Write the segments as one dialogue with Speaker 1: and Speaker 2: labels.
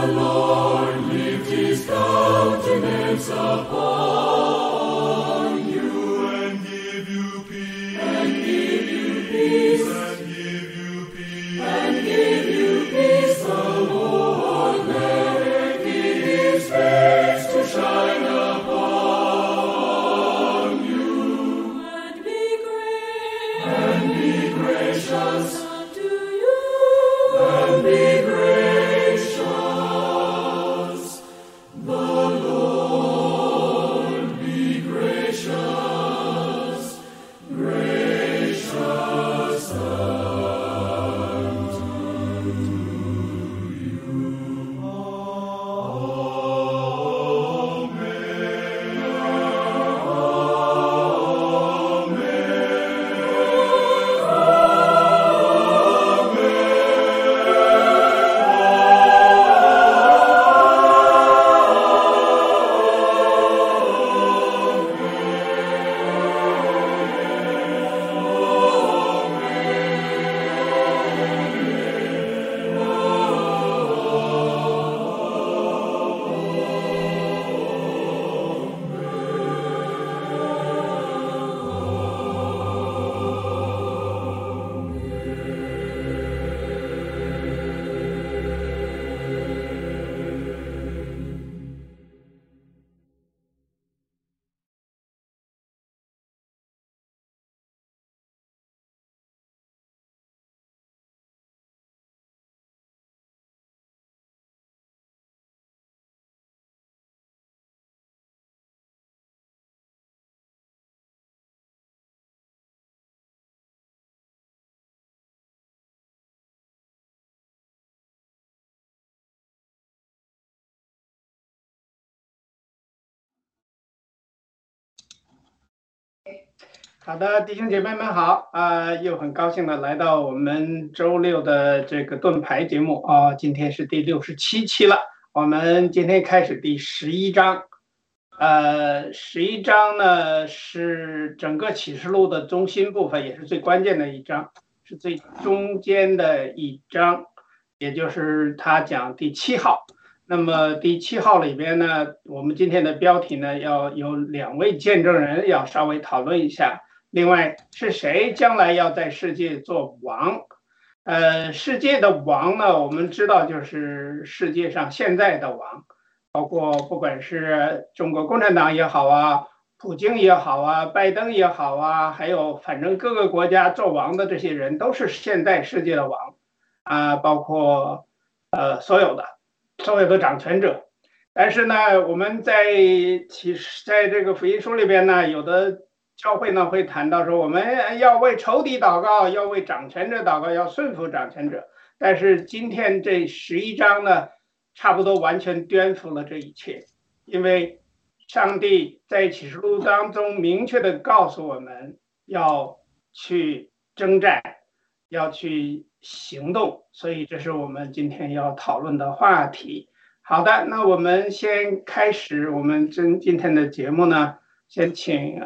Speaker 1: 好的，弟兄姐妹们好又很高兴的来到我们周六的这个盾牌节目今天是第67期了，我们今天开始第11章。11章呢是整个启示录的中心部分，也是最关键的一章，是最中间的一章，也就是他讲第7号。那么第7号里边呢，我们今天的标题呢要有2位见证人要稍微讨论一下。另外是谁将来要在世界做王？世界的王呢，我们知道就是世界上现在的王，包括不管是中国共产党也好啊，普京也好啊，拜登也好啊，还有反正各个国家做王的这些人都是现在世界的王包括所有的掌权者。但是呢，我们在这个福音书里边呢，有的教会呢会谈到说，我们要为仇敌祷告，要为掌权者祷告，要顺服掌权者。但是今天这11章呢，差不多完全颠覆了这一切，因为上帝在启示录当中明确的告诉我们要去征战，要去行动，所以这是我们今天要讨论的话题。好的，那我们先开始我们今天的节目呢，先请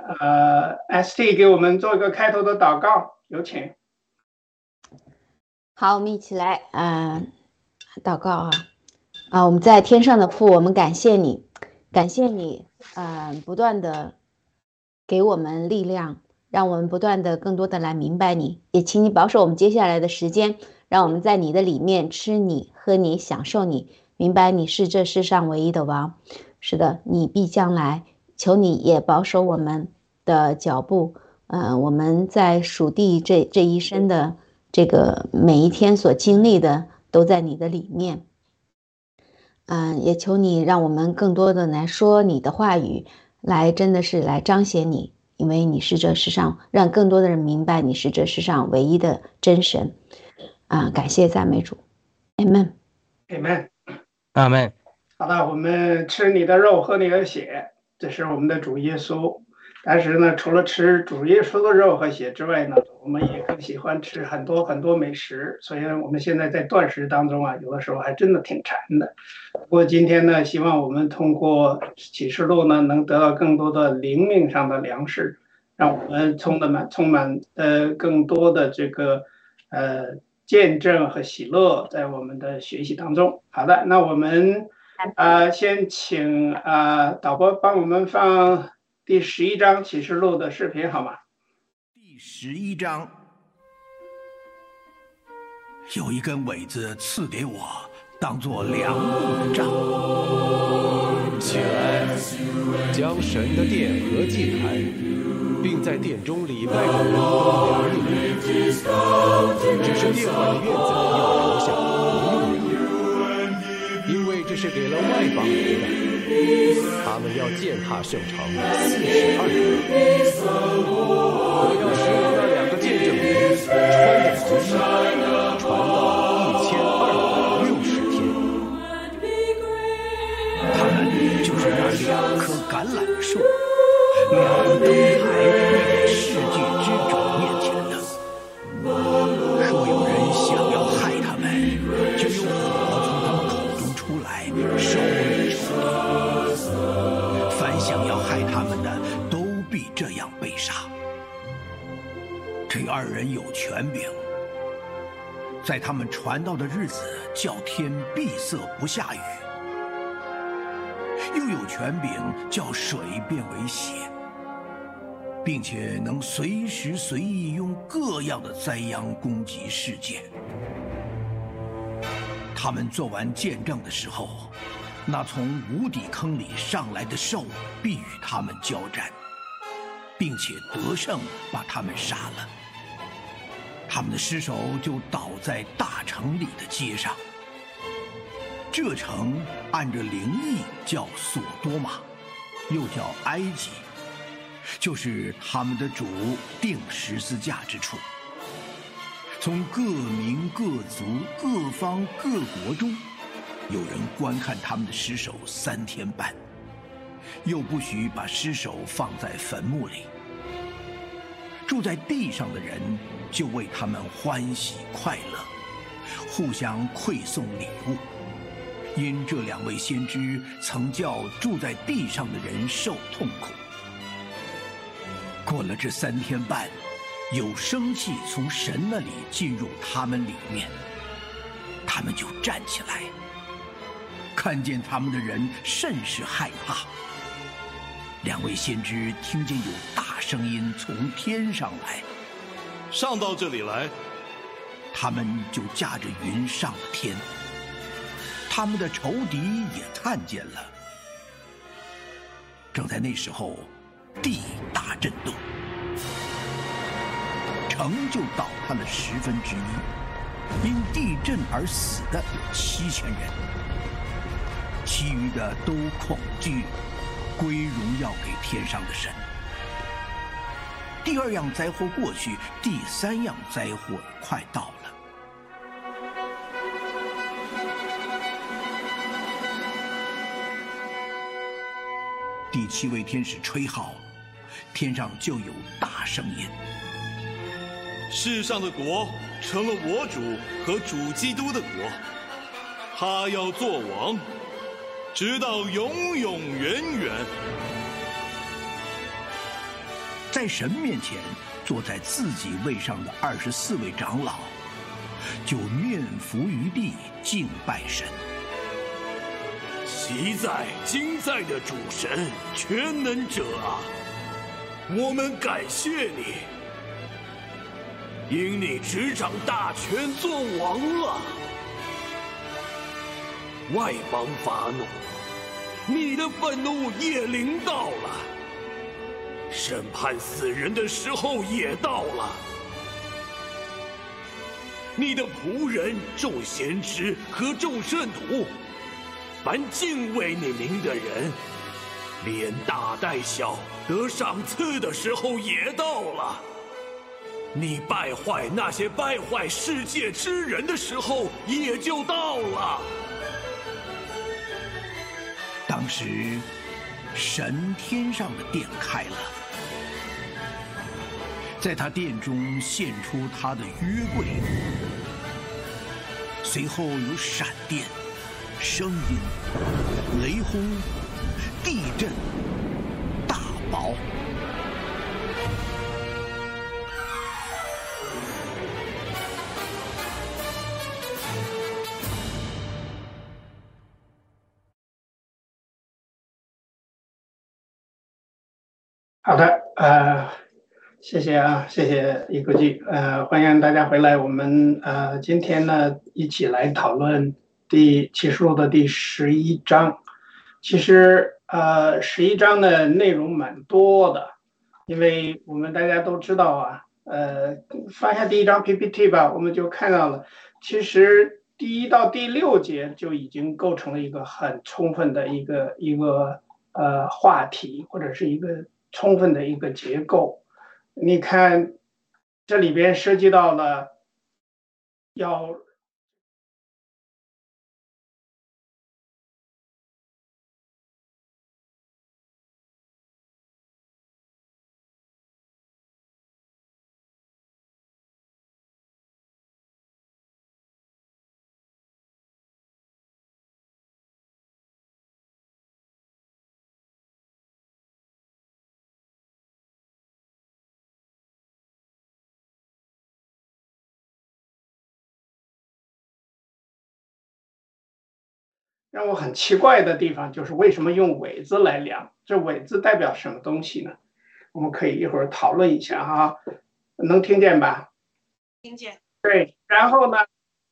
Speaker 1: ST 给我们做一个开头的祷告，有请。
Speaker 2: 好，我们一起来祷告我们在天上的父，我们感谢你，不断的给我们力量，让我们不断的更多的来明白你，也请你保守我们接下来的时间，让我们在你的里面吃你喝你享受你，明白你是这世上唯一的王。是的，你必将来，求你也保守我们的脚步，我们在属地这一生的这个每一天所经历的都在你的里面。也求你让我们更多的来说你的话语，来真的是来彰显你，因为你是这世上，让更多的人明白你是这世上唯一的真神。感谢赞美主， Amen
Speaker 1: Amen
Speaker 3: Amen。
Speaker 1: 好的，我们吃你的肉喝你的血，这是我们的主耶稣。但是呢，除了吃主耶稣的肉和血之外呢，我们也更喜欢吃很多很多美食。所以我们现在在断食当中有的时候还真的挺馋的。不过今天呢，希望我们通过启示录呢，能得到更多的灵命上的粮食，让我们充满更多的这个见证和喜乐在我们的学习当中。好的，那我们先请导播帮我们放第11章启示录的视频好吗？
Speaker 3: 第11章，有一根苇子赐给我，当作量度的杖。
Speaker 4: 起来，将神的殿和祭坛，并在殿中礼拜的人都量一量。只是殿外的院子要留下，不用量，因为这是给了外邦人的。他们要践踏圣城42年。我要使我那2个见证人穿着头衣，传道1260天。
Speaker 3: 他们就是那2棵橄榄树，2灯台立在世界之主面前的。若有人想要害他们，就用火从他们口中出来，烧灭仇敌。凡想要害他们的，都必这样被杀。这2人有权柄，在他们传道的日子，叫天闭塞不下雨。又有权柄叫水变为血，并且能随时随意用各样的灾殃攻击世界。他们做完见证的时候，那从无底坑里上来的兽必与他们交战，并且得胜，把他们杀了。他们的尸首就倒在大城里的街上。这城按着灵意叫索多玛，又叫埃及，就是他们的主钉十字架之处。从各民各族各方各国中，有人观看他们的尸首3天半，又不许把尸首放在坟墓里。住在地上的人就为他们欢喜快乐，互相馈送礼物，因这2位先知曾叫住在地上的人受痛苦。过了这3天半，有生气从神那里进入他们里面，他们就站起来，看见他们的人甚是害怕。2位先知听见有大声音从天上来，
Speaker 5: 上到这里来。
Speaker 3: 他们就驾着云上了天。他们的仇敌也看见了。正在那时候，地大震动，城就倒塌了1/10，因地震而死的有7000人，其余的都恐惧，归荣耀给天上的神。第2样灾祸过去，第3样灾祸快到了。第7位天使吹号，天上就有大声音：
Speaker 5: 世上的国成了我主和主基督的国，他要做王，直到永永远远。
Speaker 3: 在神面前坐在自己位上的24位长老，就面伏于地敬拜神。
Speaker 6: 奇在今在的主神全能者啊，我们感谢你，因你执掌大权做王了。外邦发怒，你的愤怒也临到了，审判死人的时候也到了。你的仆人众先知和众圣徒，凡敬畏你名的人，连大带小得赏赐的时候也到了。你败坏那些败坏世界之人的时候也就到了。
Speaker 3: 当时，神天上的殿开了，在他殿中现出他的约柜，随后有闪电、声音、雷轰、地震、大雹。
Speaker 1: 好的，谢谢啊，谢谢一国际，欢迎大家回来。我们今天呢一起来讨论启示录的第11章。其实11章的内容蛮多的，因为我们大家都知道啊，翻下第1章 PPT 吧，我们就看到了，其实第1到第6节就已经构成了一个很充分的一个话题，或者是一个充分的一个结构。你看，这里边涉及到了要让我很奇怪的地方就是为什么用纬字来量？这纬字代表什么东西呢？我们可以一会儿讨论一下哈，能听见吧？
Speaker 7: 听见。
Speaker 1: 对，然后呢？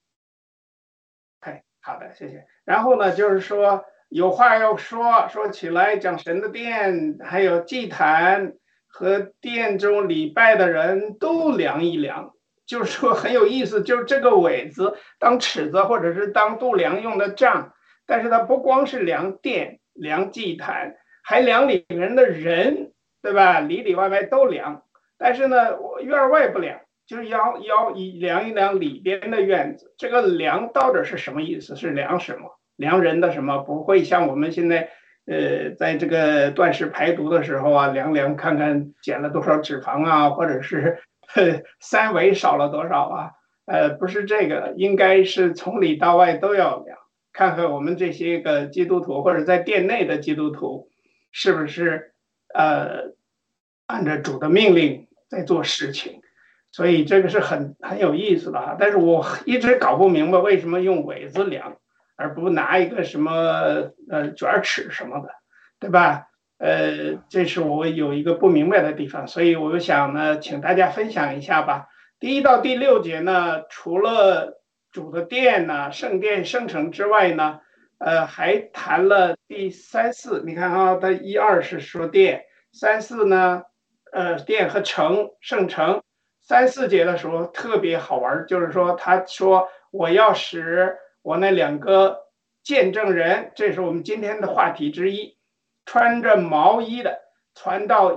Speaker 1: 好的，谢谢。然后呢，就是说有话要说起来，讲神的殿，还有祭坛和殿中礼拜的人都量一量。就是说很有意思，就是这个纬字当尺子或者是当度量用的杖。但是它不光是量殿、量祭坛，还量里面的人，对吧？里里外外都量。但是呢，院外不量，就是要量一量里边的院子。这个量到底是什么意思？是量什么？量人的什么？不会像我们现在在这个断食排毒的时候啊，量看看减了多少脂肪啊，或者是三维少了多少啊？不是这个，应该是从里到外都要量。看看我们这些个基督徒或者在殿内的基督徒，是不是按照主的命令在做事情？所以这个是很有意思的啊。但是我一直搞不明白为什么用纬字量，而不拿一个什么卷尺什么的，对吧？这是我有一个不明白的地方，所以我想呢，请大家分享一下吧。第1到第6节呢，除了主的殿呢、圣殿、圣城之外呢，还谈了第3、4。你看啊，它1、2是说殿，3、4呢，殿和城、圣城。3、4节的时候特别好玩，就是说他说我要使我那2个见证人，这是我们今天的话题之一，穿着毛衣的传到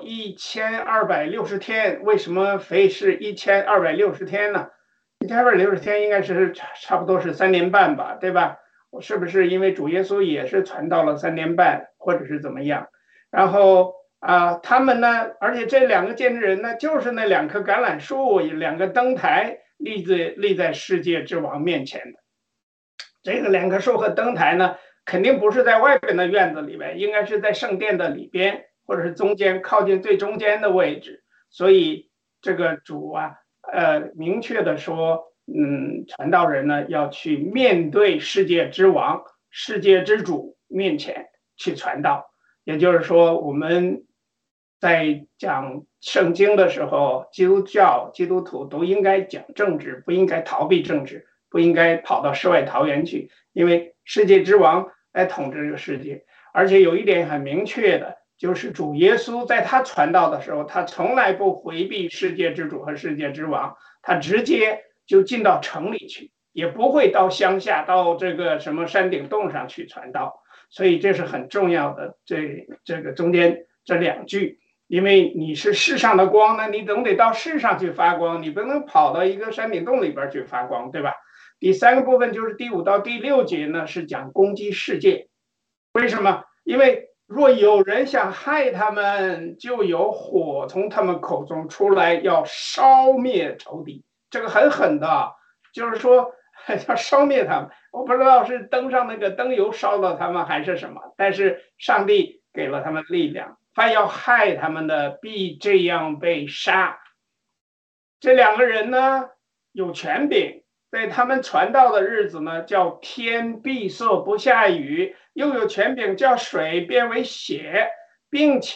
Speaker 1: 1260天。为什么非是1260天呢？1260天应该是差不多是3年半吧，对吧？我是不是因为主耶稣也是传到了3年半，或者是怎么样？然后他们呢，而且这2个见证人呢，就是那2棵橄榄树、2个灯台立在世界之王面前的。这个2棵树和灯台呢，肯定不是在外边的院子里边，应该是在圣殿的里边，或者是中间靠近最中间的位置。所以这个主啊。明确的说，传道人呢要去面对世界之王、世界之主面前去传道。也就是说，我们在讲圣经的时候，基督教、基督徒都应该讲政治，不应该逃避政治，不应该跑到世外桃源去，因为世界之王来统治这个世界。而且有一点很明确的，就是主耶稣在他传道的时候，他从来不回避世界之主和世界之王，他直接就进到城里去，也不会到乡下，到这个什么山顶洞上去传道。所以这是很重要的，这个中间这2句，因为你是世上的光呢，你总得到世上去发光，你不能跑到一个山顶洞里边去发光，对吧？第3个部分就是第5到第6节呢，是讲攻击世界。为什么？因为若有人想害他们，就有火从他们口中出来，要烧灭仇敌。这个很狠的，就是说要烧灭他们。我不知道是灯上那个灯油烧了他们还是什么，但是上帝给了他们力量，凡要害他们的必这样被杀。这2个人呢有权柄，在他们传道的日子呢，叫天闭塞不下雨，又有权柄叫水变为血，并且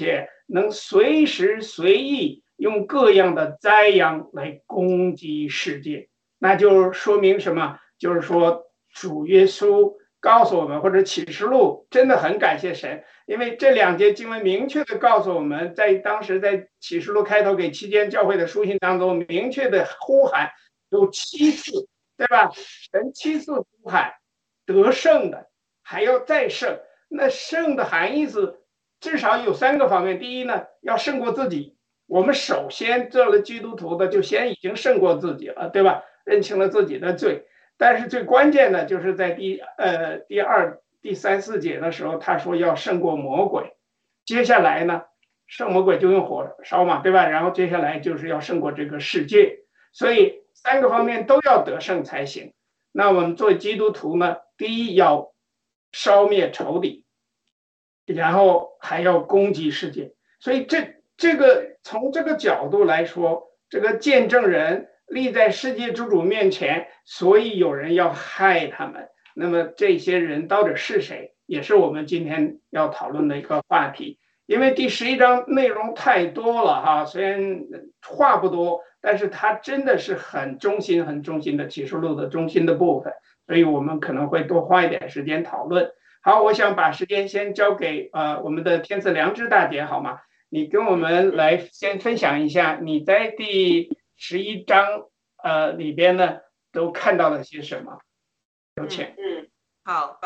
Speaker 1: 能随时随地用各样的灾殃来攻击世界。那就说明什么？就是说主耶稣告诉我们，或者启示录真的很感谢神，因为这2节经文明确的告诉我们，在当时在启示录开头给7间教会的书信当中，明确的呼喊有7次，对吧？神7次呼喊得胜的还要再胜。那胜的含义是至少有3个方面。第一呢，要胜过自己。我们首先做了基督徒的，就先已经胜过自己了，对吧？认清了自己的罪。但是最关键的就是在第2、第3、4节的时候，他说要胜过魔鬼。接下来呢，胜魔鬼就用火烧嘛，对吧？然后接下来就是要胜过这个世界。所以3个方面都要得胜才行。那我们作为基督徒呢，第一要烧灭仇敌，然后还要攻击世界。所以这个从这个角度来说，这个见证人立在世界之主面前，所以有人要害他们。那么这些人到底是谁，也是我们今天要讨论的一个话题。因为第11章内容太多了哈，虽然话不多，但是它真的是很中心、很中心的启示录的中心的部分，所以我们可能会多花一点时间讨论。好，我想把时间先交给我们的天赐良知大姐，好吗？你跟我们来先分享一下你在第11章里边呢都看到了些什么？有请。
Speaker 7: 好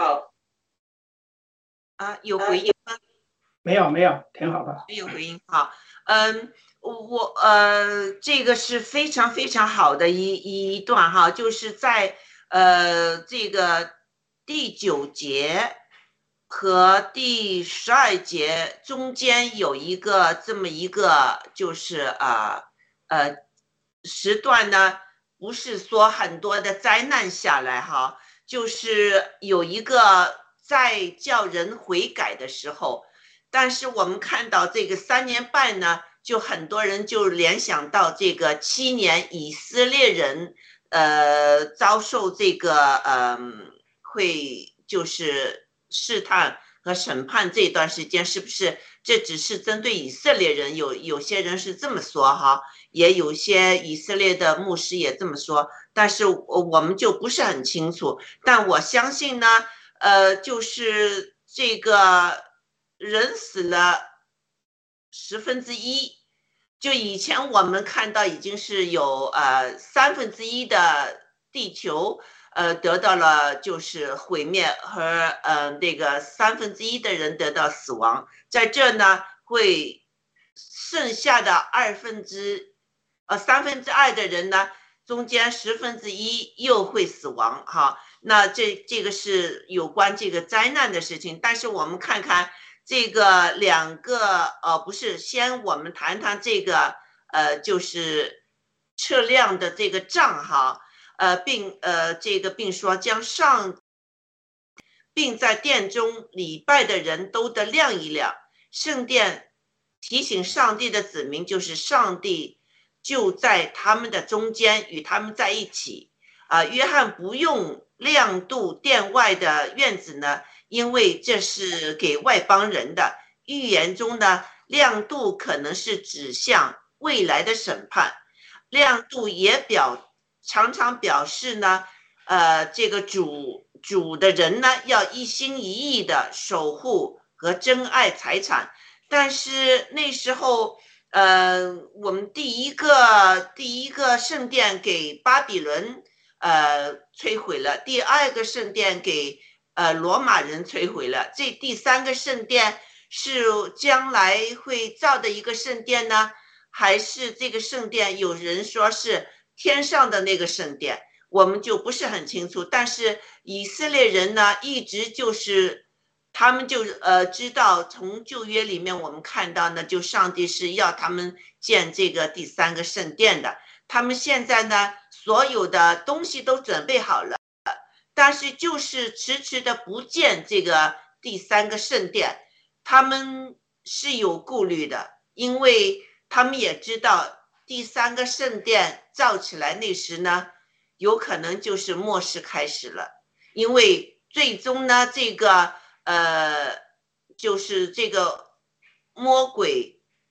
Speaker 7: 有回应吗？
Speaker 1: 没有，挺好的。
Speaker 7: 没有回应。好，我这个是非常非常好的一段哈，就是在这个第9节和第12节中间有一个这么一个就是时段呢，不是说很多的灾难下来哈，就是有一个在叫人悔改的时候。但是我们看到这个3年半呢，就很多人就联想到这个7年以色列人遭受这个会就是试探和审判这段时间，是不是这只是针对以色列人？有些人是这么说哈，也有些以色列的牧师也这么说，但是我们就不是很清楚。但我相信呢，就是这个人死了1/10，就以前我们看到已经是有1/3的地球得到了就是毁灭，和那个1/3的人得到死亡，在这呢会剩下的3/2的人呢，中间1/10又会死亡哈。那这个是有关这个灾难的事情，但是我们看看。这个2个不是，先我们谈谈这个就是测量的这个杖哈，并说将并在殿中礼拜的人都得亮一亮。圣殿提醒上帝的子民，就是上帝就在他们的中间，与他们在一起约翰不用亮度殿外的院子呢，因为这是给外邦人的。预言中呢，亮度可能是指向未来的审判。亮度也常常表示呢，这个主的人呢，要一心一意的守护和珍爱财产。但是那时候，我们第一个圣殿给巴比伦摧毁了，第2个圣殿给罗马人摧毁了，这第3个圣殿是将来会造的一个圣殿呢，还是这个圣殿有人说是天上的那个圣殿，我们就不是很清楚。但是以色列人呢，一直就是他们就知道，从旧约里面我们看到呢，就上帝是要他们建这个第3个圣殿的。他们现在呢，所有的东西都准备好了，但是就是迟迟的不建这个第3个圣殿。他们是有顾虑的，因为他们也知道第3个圣殿造起来那时呢，有可能就是末世开始了。因为最终呢，这个就是这个魔鬼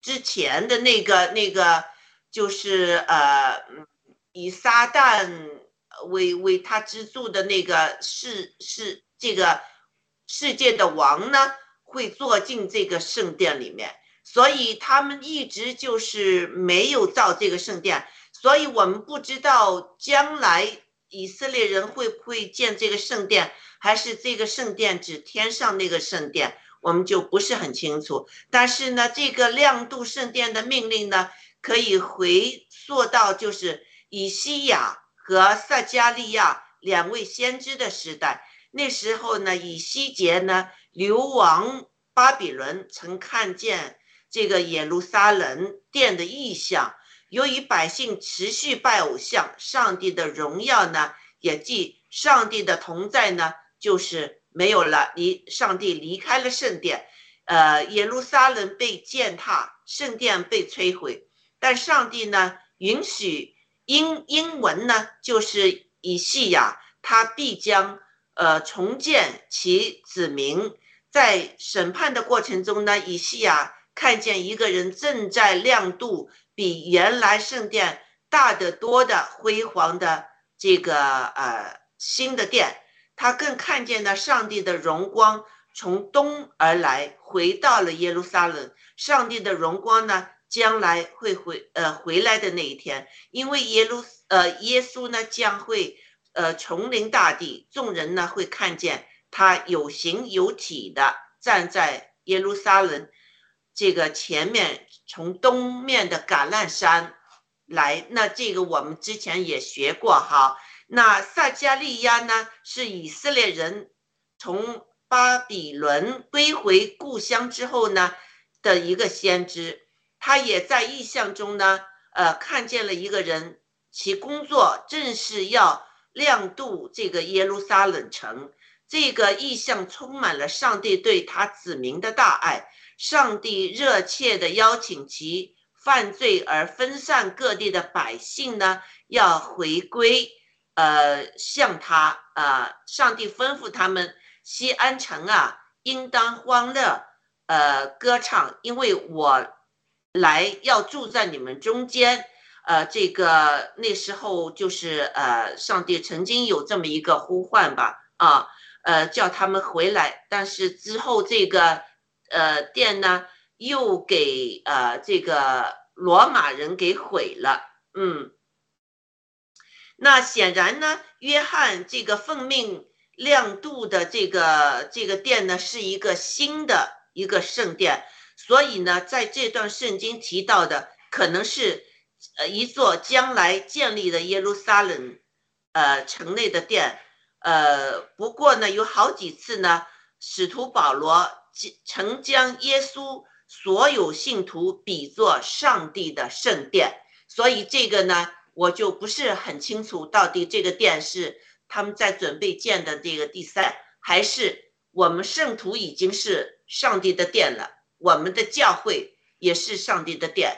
Speaker 7: 之前的那个就是以撒旦为他支柱的那个这个世界的王呢，会坐进这个圣殿里面，所以他们一直就是没有造这个圣殿，所以我们不知道将来以色列人会不会建这个圣殿，还是这个圣殿指天上那个圣殿，我们就不是很清楚。但是呢，这个亮度圣殿的命令呢，可以回溯到就是以西亚和撒迦利亚2位先知的时代。那时候呢，以西结呢流亡巴比伦，曾看见这个耶路撒冷殿的异象。由于百姓持续拜偶像，上帝的荣耀呢，也即上帝的同在呢，就是没有了，上帝离开了圣殿，耶路撒冷被践踏，圣殿被摧毁。但上帝呢，允许英文呢，就是以西亚，他必将重建其子民。在审判的过程中呢，以西亚看见一个人正在亮度比原来圣殿大得多的辉煌的这个新的殿，他更看见了上帝的荣光从东而来，回到了耶路撒冷。上帝的荣光呢，将来会回来的那一天，因为耶稣呢将会重临大地，众人呢会看见他有形有体的站在耶路撒冷这个前面，从东面的橄榄山来。那这个我们之前也学过哈。那撒迦利亚呢，是以色列人从巴比伦归回故乡之后呢的一个先知，他也在异象中呢看见了一个人，其工作正是要亮度这个耶路撒冷城。这个异象充满了上帝对他子民的大爱，上帝热切地邀请其犯罪而分散各地的百姓呢，要回归向他。上帝吩咐他们，西安城啊，应当欢乐歌唱，因为我来要住在你们中间。这个那时候就是上帝曾经有这么一个呼唤吧，叫他们回来。但是之后这个殿呢，又给这个罗马人给毁了。那显然呢，约翰这个奉命亮度的这个殿呢，是一个新的一个圣殿，所以呢，在这段圣经提到的可能是一座将来建立的耶路撒冷城内的殿。不过呢，有好几次呢，使徒保罗曾将耶稣所有信徒比作上帝的圣殿，所以这个呢，我就不是很清楚到底这个殿是他们在准备建的这个第3，还是我们圣徒已经是上帝的殿了，我们的教会也是上帝的殿。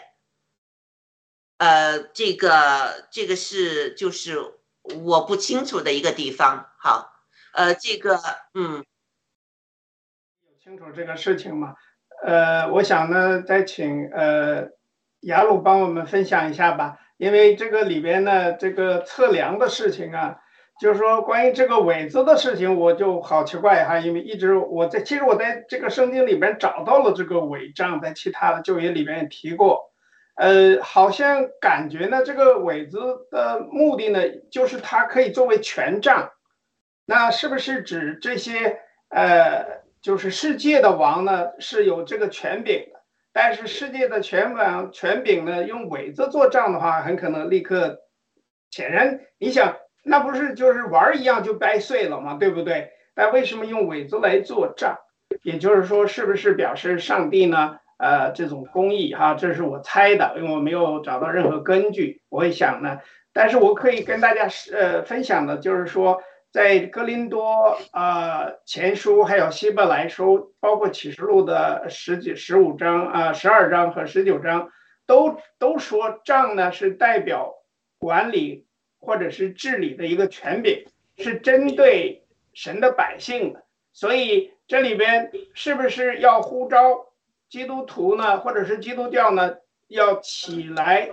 Speaker 7: 这个是就是我不清楚的一个地方。好，这个有
Speaker 1: 清楚这个事情吗？我想呢，再请雅鲁帮我们分享一下吧，因为这个里边呢，这个测量的事情啊，就是说关于这个苇子的事情，我就好奇怪哈，因为一直其实我在这个圣经里边找到了这个苇杖，在其他的旧约里边也提过。好像感觉呢，这个苇子的目的呢，就是它可以作为权杖。那是不是指这些就是世界的王呢是有这个权柄的？但是世界的权柄呢，用苇子做杖的话，很可能立刻，显然你想，那不是就是玩一样就掰碎了吗？对不对？但为什么用苇子来做杖？也就是说，是不是表示上帝呢？这种公义哈，这是我猜的，因为我没有找到任何根据。我会想呢，但是我可以跟大家分享的就是说，在哥林多前书还有希伯来书，包括启示录的15章12章和19章，都说杖呢是代表管理或者是治理的一个权柄，是针对神的百姓的。所以这里边是不是要呼召基督徒呢，或者是基督教呢，要起来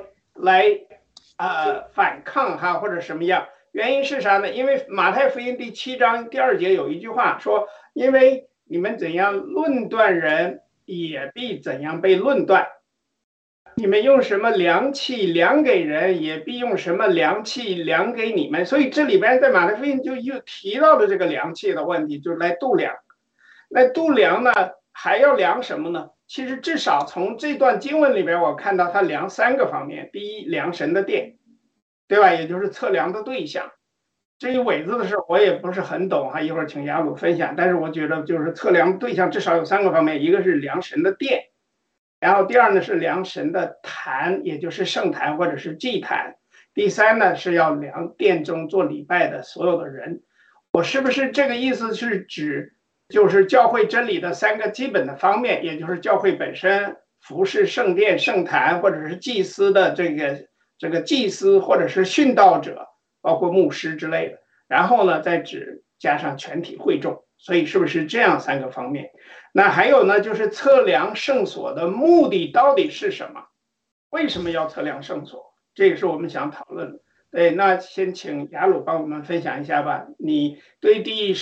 Speaker 1: 反抗哈，或者什么样？原因是啥呢？因为马太福音第7章第2节有一句话说：“因为你们怎样论断人，也必怎样被论断；你们用什么量器量给人，也必用什么量器量给你们。”所以这里边在马太福音就又提到了这个量器的问题，就是来度量。那度量呢，还要量什么呢？其实至少从这段经文里边，我看到它量3个方面。第一，量神的殿，对吧？也就是测量的对象。至于苇子的事，我也不是很懂哈，一会儿请雅鲁分享。但是我觉得就是测量对象至少有3个方面，一个是量神的殿，然后第二呢是量神的坛，也就是圣坛或者是祭坛。第三呢是要量殿中做礼拜的所有的人。我是不是这个意思是指就是教会真理的3个基本的方面，也就是教会本身、服侍圣殿、圣坛，或者是祭司的这个祭司或者是殉道者，包括牧师之类的，然后呢再加上全体会众，所以是不是这样3个方面？那还有呢，就是测量圣所的目的到底是什么？为什么要测量圣所？这也是我们想讨论的。对，那先请雅鲁帮我们分享一下吧。你对第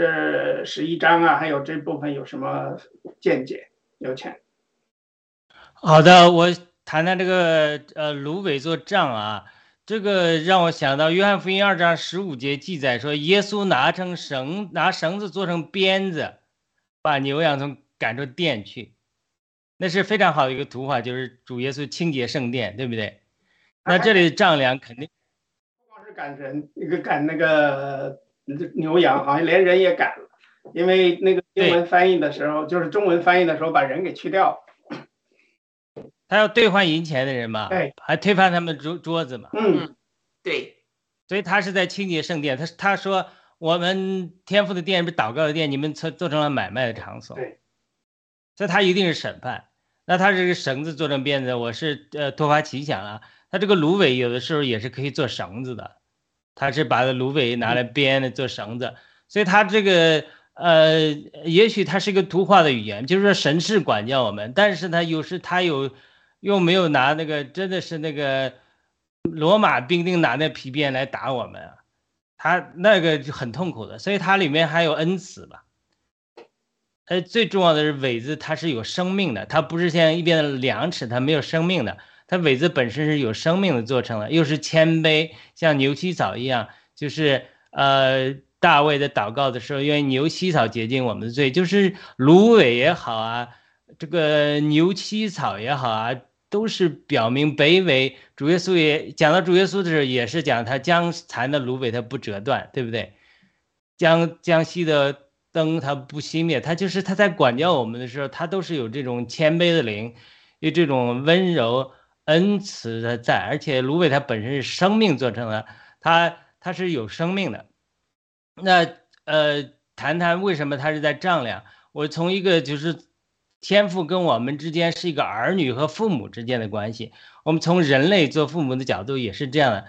Speaker 1: 11章啊，还有这部分有什么见解？有请。
Speaker 8: 好的，我谈谈这个芦苇做杖啊，这个让我想到约翰福音2章15节记载说，耶稣拿绳子做成鞭子，把牛羊从赶出殿去。那是非常好的一个图画，就是主耶稣清洁圣殿，对不对？那这里的丈量肯定
Speaker 1: 不光是赶人，赶那个牛羊，好像连人也赶了，因为那个英文翻译的时候，就是中文翻译的时候把人给去掉。
Speaker 8: 他要兑换银钱的人嘛，
Speaker 1: 对，
Speaker 8: 还推翻他们的桌子嘛。
Speaker 7: 对，
Speaker 8: 所以他是在清洁圣殿。他说我们天父的殿是祷告的殿，你们做成了买卖的场所。
Speaker 1: 对，
Speaker 8: 所以他一定是审判。那他这个绳子做成鞭子，我是突发奇想了。他这个芦苇有的时候也是可以做绳子的，他是把芦苇拿来编的做绳子。所以他这个也许他是一个图画的语言，就是说神是管教我们，但是他又没有拿那个真的是那个罗马兵丁拿那皮鞭来打我们啊，他那个就很痛苦的。所以它里面还有恩慈吧。最重要的是苇子它是有生命的，它不是像一边的粮食，它没有生命的。它苇子本身是有生命的做成的，又是谦卑，像牛膝草一样，就是大卫的祷告的时候，因为牛膝草洁净我们的罪，就是芦苇也好啊，这个牛膝草也好啊，都是表明卑微。主耶稣也讲到主耶稣的时候，也是讲他将残的芦苇它不折断，对不对？将熄的灯它不熄灭，他就是他在管教我们的时候，他都是有这种谦卑的灵，有这种温柔恩慈的在，而且芦苇它本身是生命做成的，它是有生命的。那谈谈为什么它是在丈量？我从一个就是天父跟我们之间是一个儿女和父母之间的关系，我们从人类做父母的角度也是这样的。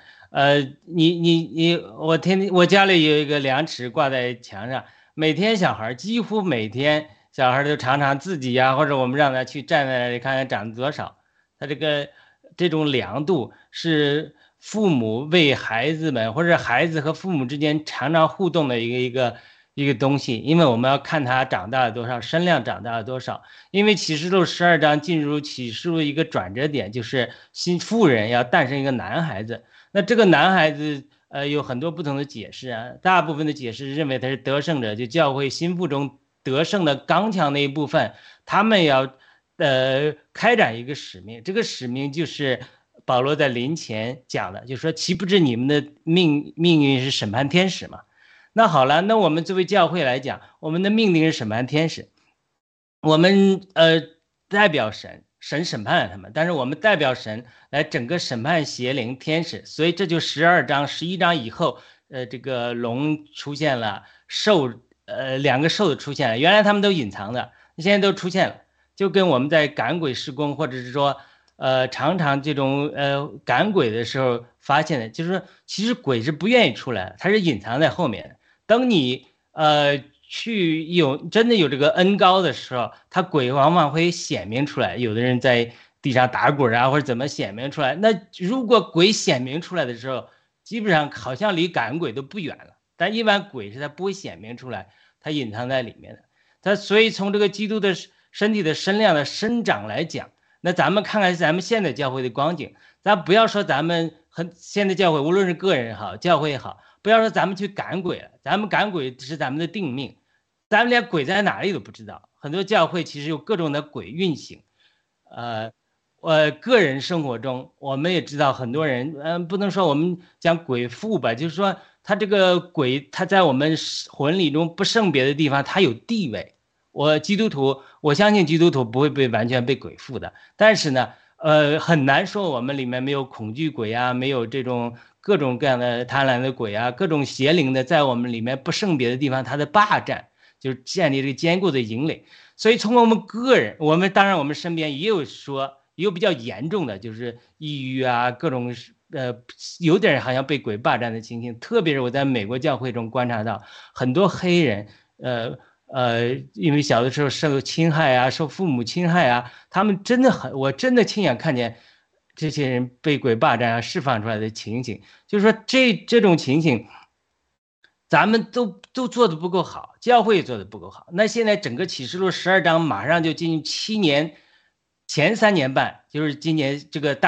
Speaker 8: 我家里有一个量尺挂在墙上，每天几乎每天小孩都常常自己呀，或者我们让他去站在那里看看长多少。他这种量度是父母为孩子们，或者孩子和父母之间常常互动的一个东西，因为我们要看他长大了多少，身量长大了多少。因为启示录12章进入启示录一个转折点，就是妇人要诞生一个男孩子。那这个男孩子有很多不同的解释啊，大部分的解释认为他是得胜者，就教会心腹中得胜的刚强那一部分，他们要开展一个使命。这个使命就是保罗在临前讲的，就是说岂不知你们的命运是审判天使吗？那好了，那我们作为教会来讲，我们的命令是审判天使，我们代表神审判了他们，但是我们代表神来整个审判邪灵天使。所以这就12章11章以后，这个龙出现了，两个兽的出现了，原来他们都隐藏的，现在都出现了。就跟我们在赶鬼施工，或者是说常常这种赶鬼的时候发现的，就是说其实鬼是不愿意出来的，它是隐藏在后面的。等你真的有这个恩高的时候，他鬼往往会显明出来。有的人在地上打滚啊，或者怎么显明出来。那如果鬼显明出来的时候，基本上好像离赶鬼都不远了。但一般鬼是他不会显明出来，他隐藏在里面的。所以从这个基督的身体的身量的生长来讲，那咱们看看咱们现在教会的光景。咱不要说咱们现在教会，无论是个人也好，教会也好，不要说咱们去赶鬼了，咱们赶鬼是咱们的定命，咱们连鬼在哪里都不知道。很多教会其实有各种的鬼运行，个人生活中我们也知道很多人，不能说我们讲鬼附吧，就是说他这个鬼，他在我们魂理中不圣别的地方，他有地位。基督徒，我相信基督徒不会完全被鬼附的，但是呢，很难说我们里面没有恐惧鬼啊，没有这种各种各样的贪婪的鬼啊，各种邪灵的在我们里面不圣别的地方，他的霸占，就是建立这个坚固的营垒。所以从我们个人，当然我们身边也有比较严重的，就是抑郁啊，各种有点好像被鬼霸占的情形。特别是我在美国教会中观察到很多黑人，因为小的时候受侵害啊，受父母侵害啊，他们我真的亲眼看见这些人被鬼霸占啊，释放出来的情形。就是说这种情形，咱们都做的不够好，教会也做的不够好。那现在整个启示录12章马上就进入7年，前3年半，就是今年这个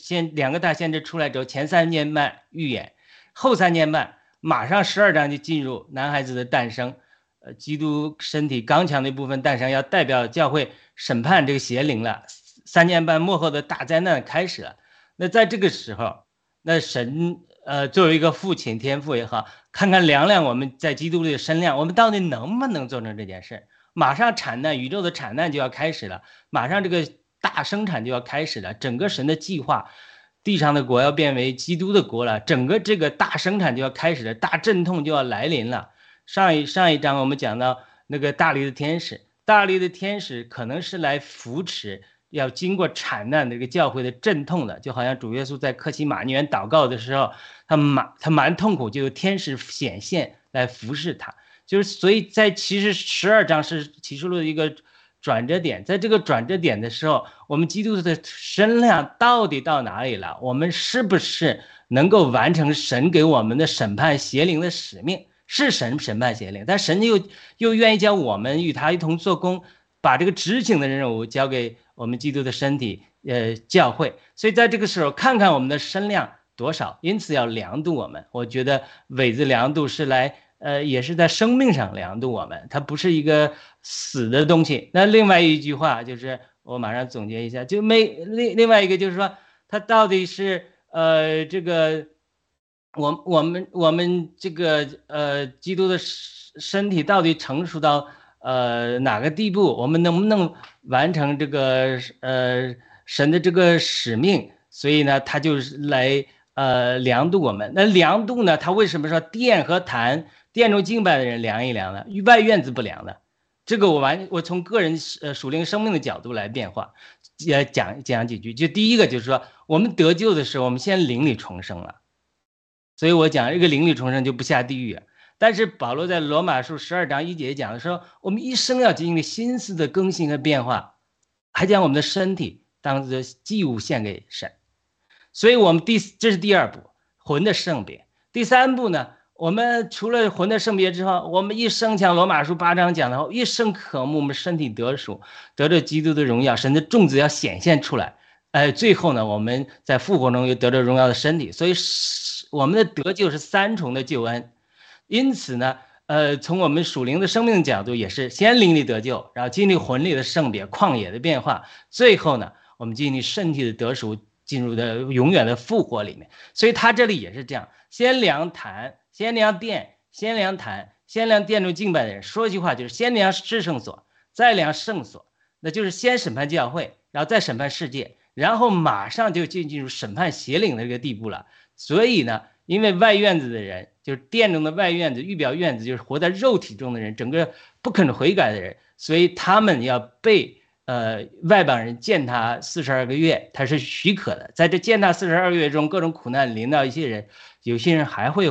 Speaker 8: 2个大先知出来之后，前3年半预言，后3年半马上12章就进入男孩子的诞生。基督身体刚强的一部分诞生，要代表教会审判这个邪灵了。3年半末后的大灾难开始了。那在这个时候，那神作为一个父亲天父也好，看看量量我们在基督里的身量，我们到底能不能做成这件事？马上产难，宇宙的产难就要开始了，马上这个大生产就要开始了，整个神的计划，地上的国要变为基督的国了，整个这个大生产就要开始了，大阵痛就要来临了。上一章我们讲到那个大力的天使可能是来扶持要经过产难的这个教会的阵痛的，就好像主耶稣在客西马尼园祷告的时候，他蛮痛苦，就有天使显现来服侍他。就是所以在其实12章是启示录的一个转折点，在这个转折点的时候，我们基督徒的身量到底到哪里了？我们是不是能够完成神给我们的审判邪灵的使命？是神审判邪灵，但神又愿意叫我们与他一同做工，把这个执行的任务交给我们基督的身体教会。所以在这个时候看看我们的身量多少，因此要量度我们。我觉得苇子量度是来也是在生命上量度我们，它不是一个死的东西。那另外一句话就是我马上总结一下，就另外一个就是说它到底是这个我们这个基督的身体到底成熟到哪个地步？我们能不能完成这个神的这个使命？所以呢，他就是来量度我们。那量度呢，他为什么说殿和坛殿中敬拜的人量一量呢？外院子不量的。这个我从个人属灵生命的角度来变化，讲几句。就第一个就是说，我们得救的时候，我们先灵里重生了。所以我讲这个灵里重生就不下地狱。但是保罗在罗马书12章1节讲的时候，我们一生要经历心思的更新和变化，还将我们的身体当作祭物献给神。所以我们这是第2步，魂的圣别。第3步呢，我们除了魂的圣别之后，我们一生像罗马书8章讲的话，一生渴慕我们身体得赎，得着基督的荣耀，神的种子要显现出来。最后呢，我们在复活中又得着荣耀的身体。所以我们的得救是3重的救恩。因此呢，从我们属灵的生命的角度，也是先灵里得救，然后经历魂里的圣别、旷野的变化，最后呢，我们经历身体的得赎，进入的永远的复活里面。所以他这里也是这样，先量坛，先量殿，先量坛，先量殿中敬拜的人。说一句话就是先量至圣所，再量圣所，那就是先审判教会，然后再审判世界，然后马上就进入审判邪灵的这个地步了。所以呢，因为外院子的人，就是殿中的外院子、预表院子，就是活在肉体中的人，整个不肯悔改的人，所以他们要被外邦人践踏42个月，他是许可的。在这践踏42个月中，各种苦难临到一些人，有些人还会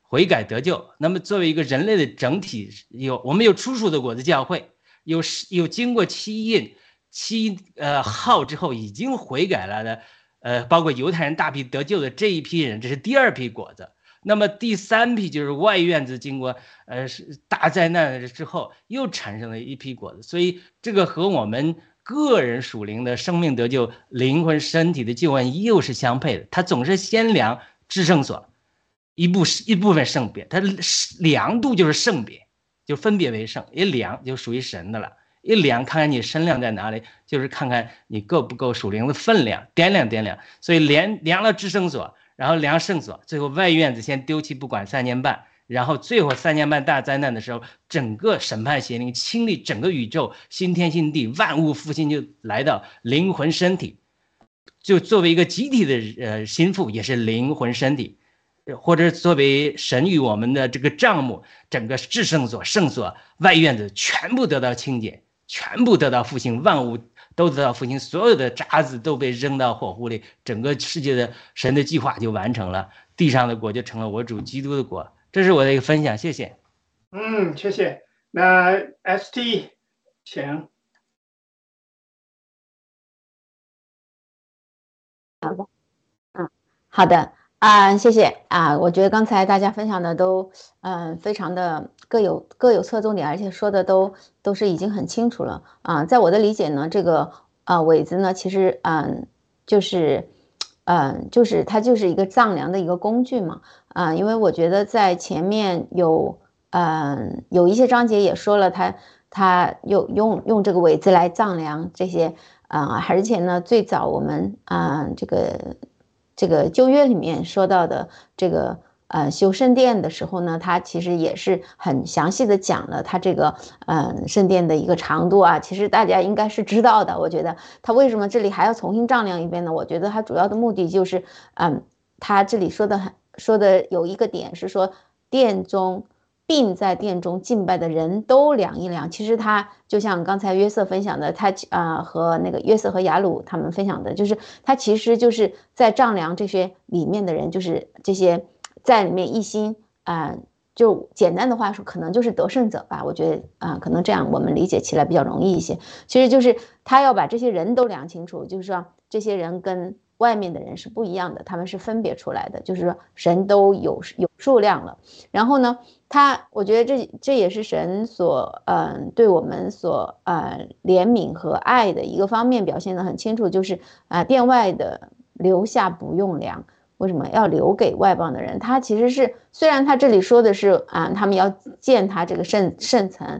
Speaker 8: 悔改得救。那么作为一个人类的整体，我们有初熟的果子教会，有经过7号之后已经悔改了的，包括犹太人大批得救的这一批人，这是第2批果子。那么第3批就是外院子经过大灾难之后又产生了一批果子，所以这个和我们个人属灵的生命得救、灵魂身体的救恩又是相配的。它总是先量至圣所，一部分圣别，它量度就是圣别，就分别为圣，一量就属于神的了。一量看看你身量在哪里，就是看看你够不够属灵的分量，掂量。所以量了至圣所，然后量圣所，最后外院子先丢弃不管3年半，然后最后3年半大灾难的时候，整个审判邪灵清理整个宇宙，新天新地，万物复兴就来到灵魂身体，就作为一个集体的心腹，也是灵魂身体，或者作为神与我们的这个账目，整个至圣所、圣所、外院子全部得到清洁，全部得到复兴，万物都得到复兴，所有的渣子都被扔到火湖里，整个世界的神的计划就完成了，地上的国就成了我主基督的国。这是我的一个分享，谢谢。
Speaker 1: 谢谢。那 ST 请。
Speaker 2: 好的谢谢我觉得刚才大家分享的都非常的各有侧重点，而且说的都是已经很清楚了在我的理解呢，这个苇子呢，其实就是它就是一个丈量的一个工具嘛因为我觉得在前面有一些章节也说了它用这个苇子来丈量这些而且呢最早我们这个旧约里面说到的这个修圣殿的时候呢，它其实也是很详细的讲了它这个圣殿的一个长度其实大家应该是知道的。我觉得它为什么这里还要重新丈量一遍呢？我觉得它主要的目的就是它这里说的有一个点是说殿中并在殿中敬拜的人都量一量。其实他就像刚才约瑟分享的，他和那个约瑟和雅鲁他们分享的，就是他其实就是在丈量这些里面的人，就是这些在里面一心就简单的话说，可能就是得胜者吧。我觉得可能这样我们理解起来比较容易一些。其实就是他要把这些人都量清楚，就是说这些人跟外面的人是不一样的，他们是分别出来的，就是说神都有数量了。然后呢我觉得这也是神所对我们所怜悯和爱的一个方面表现得很清楚，就是殿外的留下不用量，为什么要留给外邦的人？他其实是虽然他这里说的是他们要建他这个圣城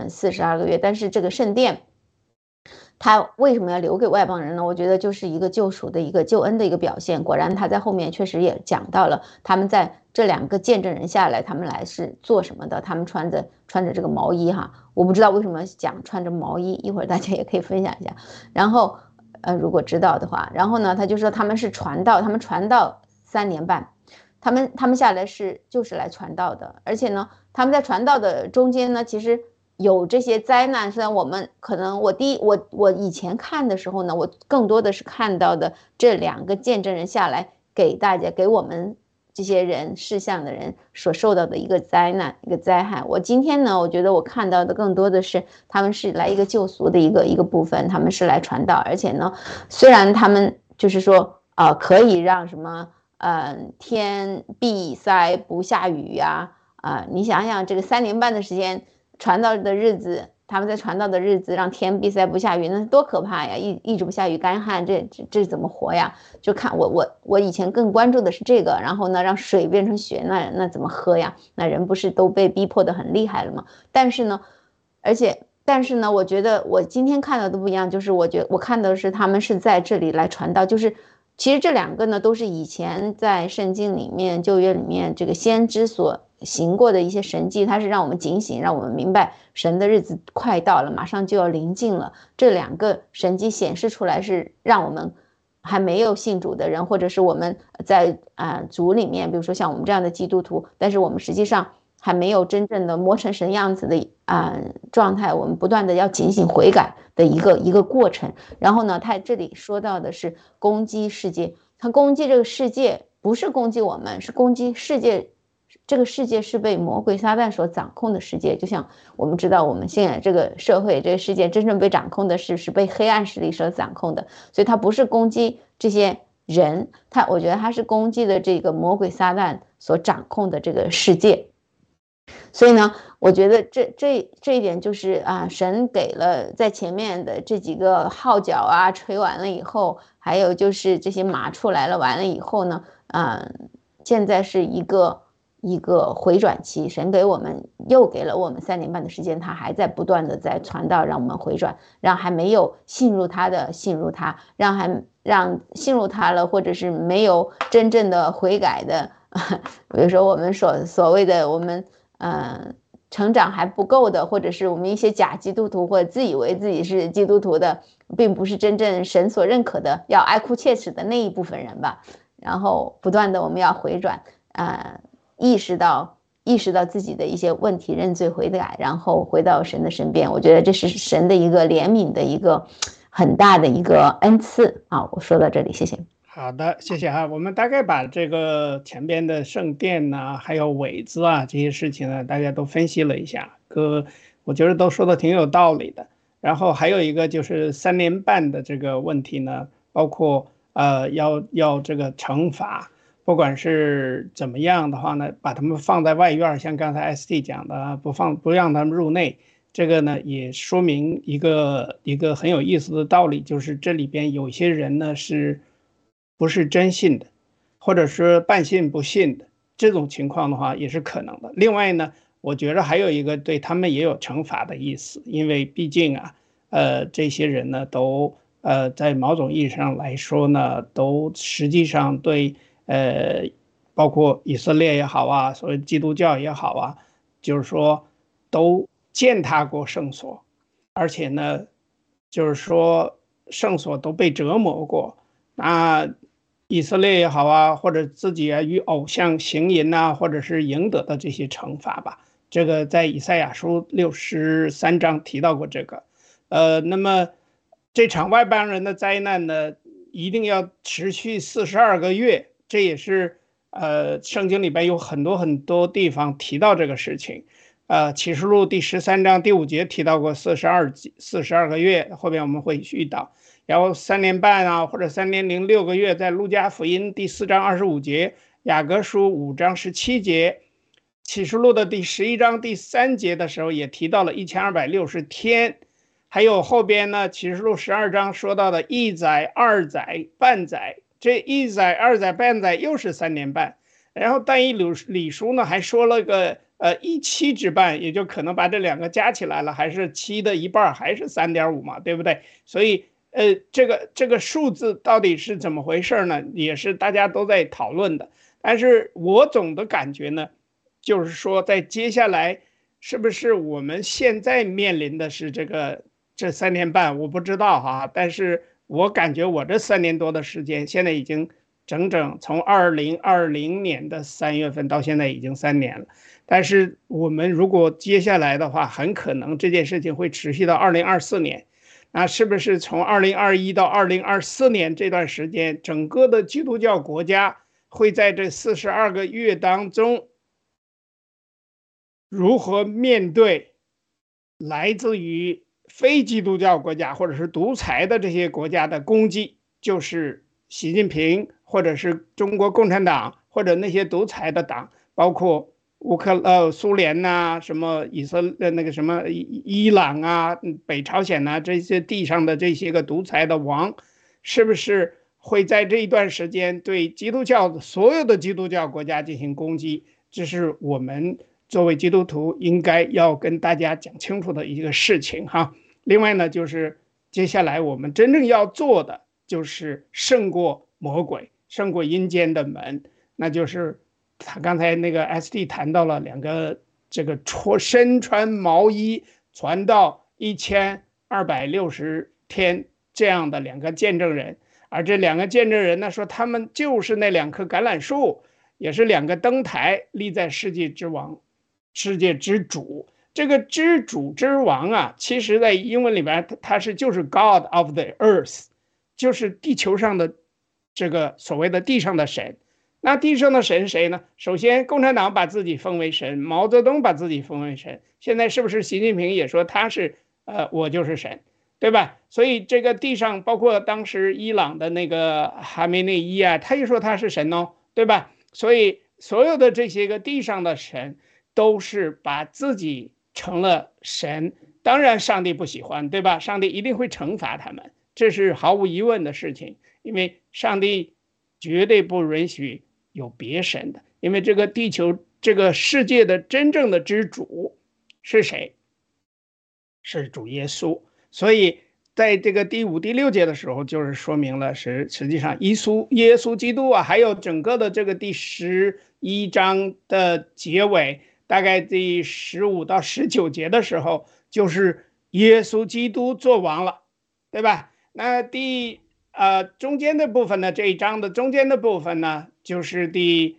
Speaker 2: 42个月，但是这个圣殿他为什么要留给外邦人呢？我觉得就是一个救赎的一个救恩的一个表现。果然他在后面确实也讲到了，他们在这2个见证人下来，他们来是做什么的？他们穿着这个毛衣我不知道为什么讲穿着毛衣，一会儿大家也可以分享一下。然后如果知道的话，然后呢他就说他们是传道，他们传道3年半，他们下来就是来传道的。而且呢他们在传道的中间呢，其实有这些灾难。虽然我们可能我以前看的时候呢，我更多的是看到的这2个见证人下来给大家给我们这些人事项的人所受到的一个灾难一个灾害。我今天呢我觉得我看到的更多的是他们是来一个救赎的一个部分，他们是来传道。而且呢虽然他们就是说可以让什么天闭塞不下雨你想想这个3年半的时间传道的日子，他们在传道的日子让天闭塞不下雨，那多可怕呀！一直不下雨，干旱，这怎么活呀？就看我以前更关注的是这个，然后呢让水变成血，那怎么喝呀？那人不是都被逼迫得很厉害了吗？但是呢我觉得我今天看到的不一样，就是我看到的是他们是在这里来传道，就是其实这2个呢都是以前在圣经里面旧约里面这个先知所行过的一些神迹，它是让我们警醒，让我们明白神的日子快到了，马上就要临近了。这2个神迹显示出来是让我们还没有信主的人，或者是我们在主里面，比如说像我们这样的基督徒，但是我们实际上还没有真正的磨成神样子的状态，我们不断的要警醒悔改的一个过程。然后呢他这里说到的是攻击世界，他攻击这个世界不是攻击我们，是攻击世界这个世界是被魔鬼撒旦所掌控的世界。就像我们知道我们现在这个社会这个世界真正被掌控的是被黑暗势力所掌控的，所以他不是攻击这些人，我觉得他是攻击的这个魔鬼撒旦所掌控的这个世界。所以呢，我觉得这一点就是神给了在前面的这几个号角吹完了以后，还有就是这些马出来了完了以后呢，现在是一个回转期，神又给了我们3年半的时间，他还在不断的在传道，让我们回转，让还没有信入他的信入他，让信入他了或者是没有真正的悔改的，比如说我们所谓的我们成长还不够的，或者是我们一些假基督徒或者自以为自己是基督徒的，并不是真正神所认可的要哀哭切齿的那一部分人吧。然后不断的我们要回转，意识到自己的一些问题，认罪悔改，然后回到神的身边。我觉得这是神的一个怜悯的一个很大的一个恩赐啊。我说到这里，谢谢。
Speaker 1: 好的，谢谢我们大概把这个前边的圣殿还有苇子这些事情呢，大家都分析了一下，我觉得都说的挺有道理的。然后还有一个就是3年半的这个问题呢，包括要这个惩罚，不管是怎么样的话呢，把他们放在外院，像刚才 ST 讲的，不让他们入内。这个呢也说明一个很有意思的道理，就是这里边有些人呢是不是真信的，或者是半信不信的，这种情况的话也是可能的。另外呢，我觉得还有一个对他们也有惩罚的意思，因为毕竟这些人呢都在某种意义上来说呢，都实际上对包括以色列也好所谓基督教也好就是说都践踏过圣所，而且呢就是说圣所都被折磨过。以色列也好或者自己与偶像行淫或者是赢得的这些惩罚吧，这个在以赛亚书63章提到过这个。那么这场外邦人的灾难呢，一定要持续42个月，这也是圣经里边有很多地方提到这个事情。启示录第13章第5节提到过42个月，后边我们会遇到。然后3年半或者3年06个月，在路加福音第4章25节，雅各书5章17节，启示录的第11章第3节的时候也提到了1260天。还有后边呢，启示录12章说到的1载、2载、半载，这1载、2载、半载又是3年半。然后但以理书呢还说了个17之半，也就可能把这两个加起来了，还是7的一半，还是3.5嘛，对不对？所以这个数字到底是怎么回事呢？也是大家都在讨论的。但是我总的感觉呢，就是说在接下来是不是我们现在面临的是这3年半，我不知道但是我感觉我这3年多的时间，现在已经整从2020年的3月份到现在已经3年了。但是我们如果接下来的话，很可能这件事情会持续到2024年。那是不是从2021到2024年这段时间，整个的基督教国家会在这42个月当中，如何面对来自于非基督教国家或者是独裁的这些国家的攻击，就是习近平或者是中国共产党或者那些独裁的党，包括苏联什么什么伊朗北朝鲜这些地上的这些个独裁的王，是不是会在这一段时间对所有的基督教国家进行攻击？这是我们作为基督徒应该要跟大家讲清楚的一个事情另外呢，就是接下来我们真正要做的就是胜过魔鬼，胜过阴间的门，那就是他刚才那个 ST 谈到了2个这个身穿毛衣传道1260天这样的2个见证人，而这2个见证人呢说他们就是那2棵橄榄树，也是2个灯台，立在世界之王、世界之主。这个之主之王其实在英文里边它就是 God of the earth， 就是地球上的这个所谓的地上的神。 那地上的神谁呢？首先，共产党把自己封为神，毛泽东把自己封为神，现在是不是习近平也说他是我就是神，对吧？所以这个地上包括当时伊朗的那个哈梅内伊啊，他也说他是神哦，对吧？所以所有的这些个地上的神都是把自己成了神，当然上帝不喜欢，对吧？上帝一定会惩罚他们，这是毫无疑问的事情，因为上帝绝对不允许有别神的，因为这个地球这个世界的真正的之主是谁？是主耶稣。所以在这个第5、第6节的时候，就是说明了实际上耶稣基督啊，还有整个的这个第11章的结尾，大概第15到19节的时候，就是耶稣基督做王了，对吧？那中间的部分呢，这一章的中间的部分呢，就是第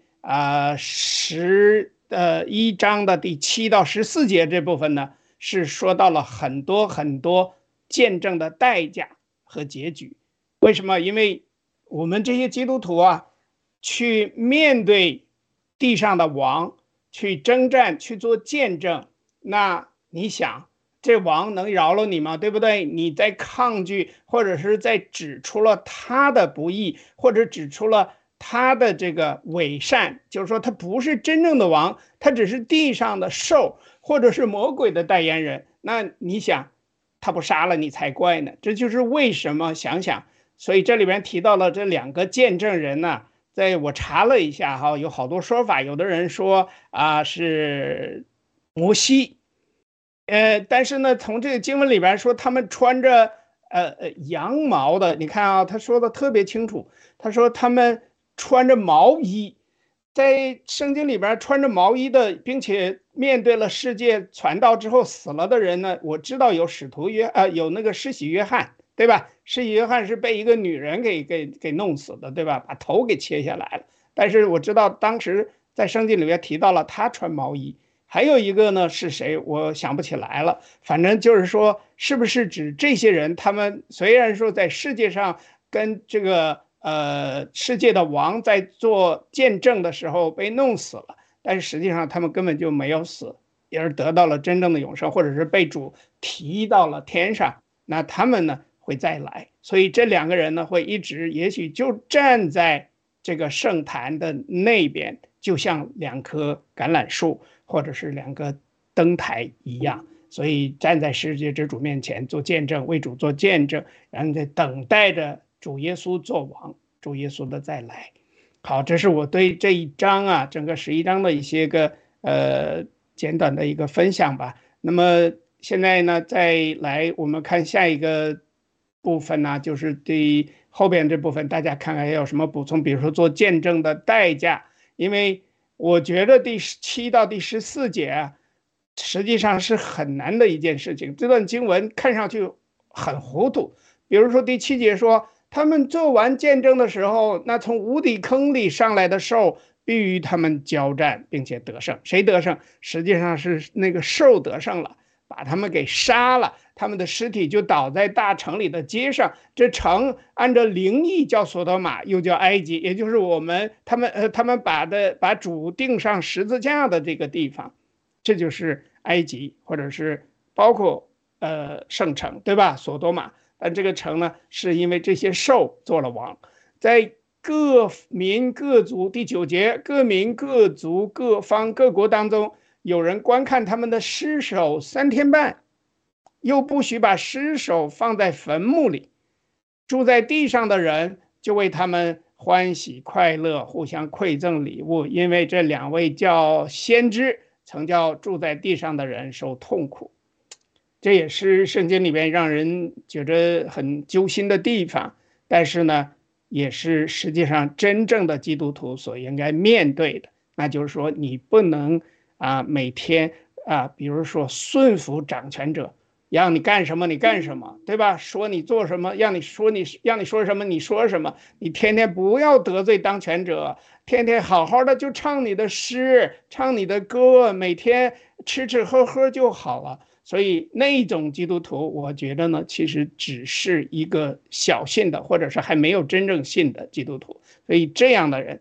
Speaker 1: 11章的第7到14节这部分呢，是说到了很多很多见证的代价和结局。为什么？因为我们这些基督徒啊，去面对地上的王，去征战，去做见证，那你想这王能饶了你吗？对不对？你在抗拒，或者是在指出了他的不义，或者指出了他的这个伪善，就是说他不是真正的王，他只是地上的兽，或者是魔鬼的代言人，那你想他不杀了你才怪呢。这就是为什么想想，所以这里边提到了这2个见证人呢，在我查了一下哈，有好多说法，有的人说是摩西，但是呢，从这个经文里边说他们穿着羊毛的，你看啊，他说的特别清楚，他说他们穿着毛衣，在圣经里边穿着毛衣的，并且面对了世界传道之后死了的人呢，我知道有有那个施洗约翰，对吧？施洗约翰是被一个女人给弄死的，对吧？把头给切下来了。但是我知道当时在圣经里面提到了他穿毛衣。还有一个呢是谁？我想不起来了。反正就是说，是不是指这些人？他们虽然说在世界上跟这个世界的王在做见证的时候被弄死了，但是实际上他们根本就没有死，而得到了真正的永生，或者是被主提到了天上。那他们呢会再来，所以这2个人呢会一直，也许就站在这个圣坛的那边，就像2棵橄榄树。或者是2个灯台一样，所以站在世界之主面前做见证，为主做见证，然后在等待着主耶稣做王，主耶稣的再来。好，这是我对这一章啊，整个11章的一些个简短的一个分享吧。那么现在呢，再来我们看下一个部分呢，就是对后边这部分，大家看看有什么补充，比如说做见证的代价，因为我觉得第17到第14节实际上是很难的一件事情。这段经文看上去很糊涂。比如说第7节说，他们做完见证的时候，那从无底坑里上来的兽必与他们交战，并且得胜。谁得胜？实际上是那个兽得胜了，把他们给杀了，他们的尸体就倒在大城里的街上。这城按照灵异叫索多玛，又叫埃及，也就是他们把主钉上十字架的这个地方，这就是埃及，或者是包括圣城，对吧？索多玛。但这个城呢，是因为这些兽做了王，在各民各族，第9节，各民各族各方各国当中，有人观看他们的尸首3天半，又不许把尸首放在坟墓里。住在地上的人就为他们欢喜快乐，互相馈赠礼物，因为这2位叫先知，曾叫住在地上的人受痛苦。这也是圣经里面让人觉得很揪心的地方，但是呢，也是实际上真正的基督徒所应该面对的。那就是说，你不能每天比如说顺服掌权者，让你干什么你干什么，对吧？说你做什么，让你说什么你说什么，你天天不要得罪当权者，天天好好的就唱你的诗，唱你的歌，每天吃吃喝喝就好了。所以那种基督徒，我觉得呢，其实只是一个小信的，或者是还没有真正信的基督徒。所以这样的人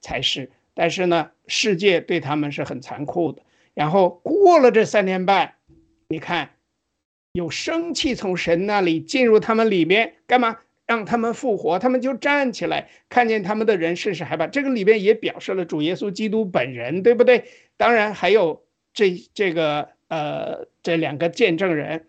Speaker 1: 才是。但是呢，世界对他们是很残酷的。然后过了这3天半，你看有生气从神那里进入他们里面，干嘛？让他们复活，他们就站起来，看见他们的人甚是害怕。这个里边也表示了主耶稣基督本人，对不对？当然还有这2个见证人。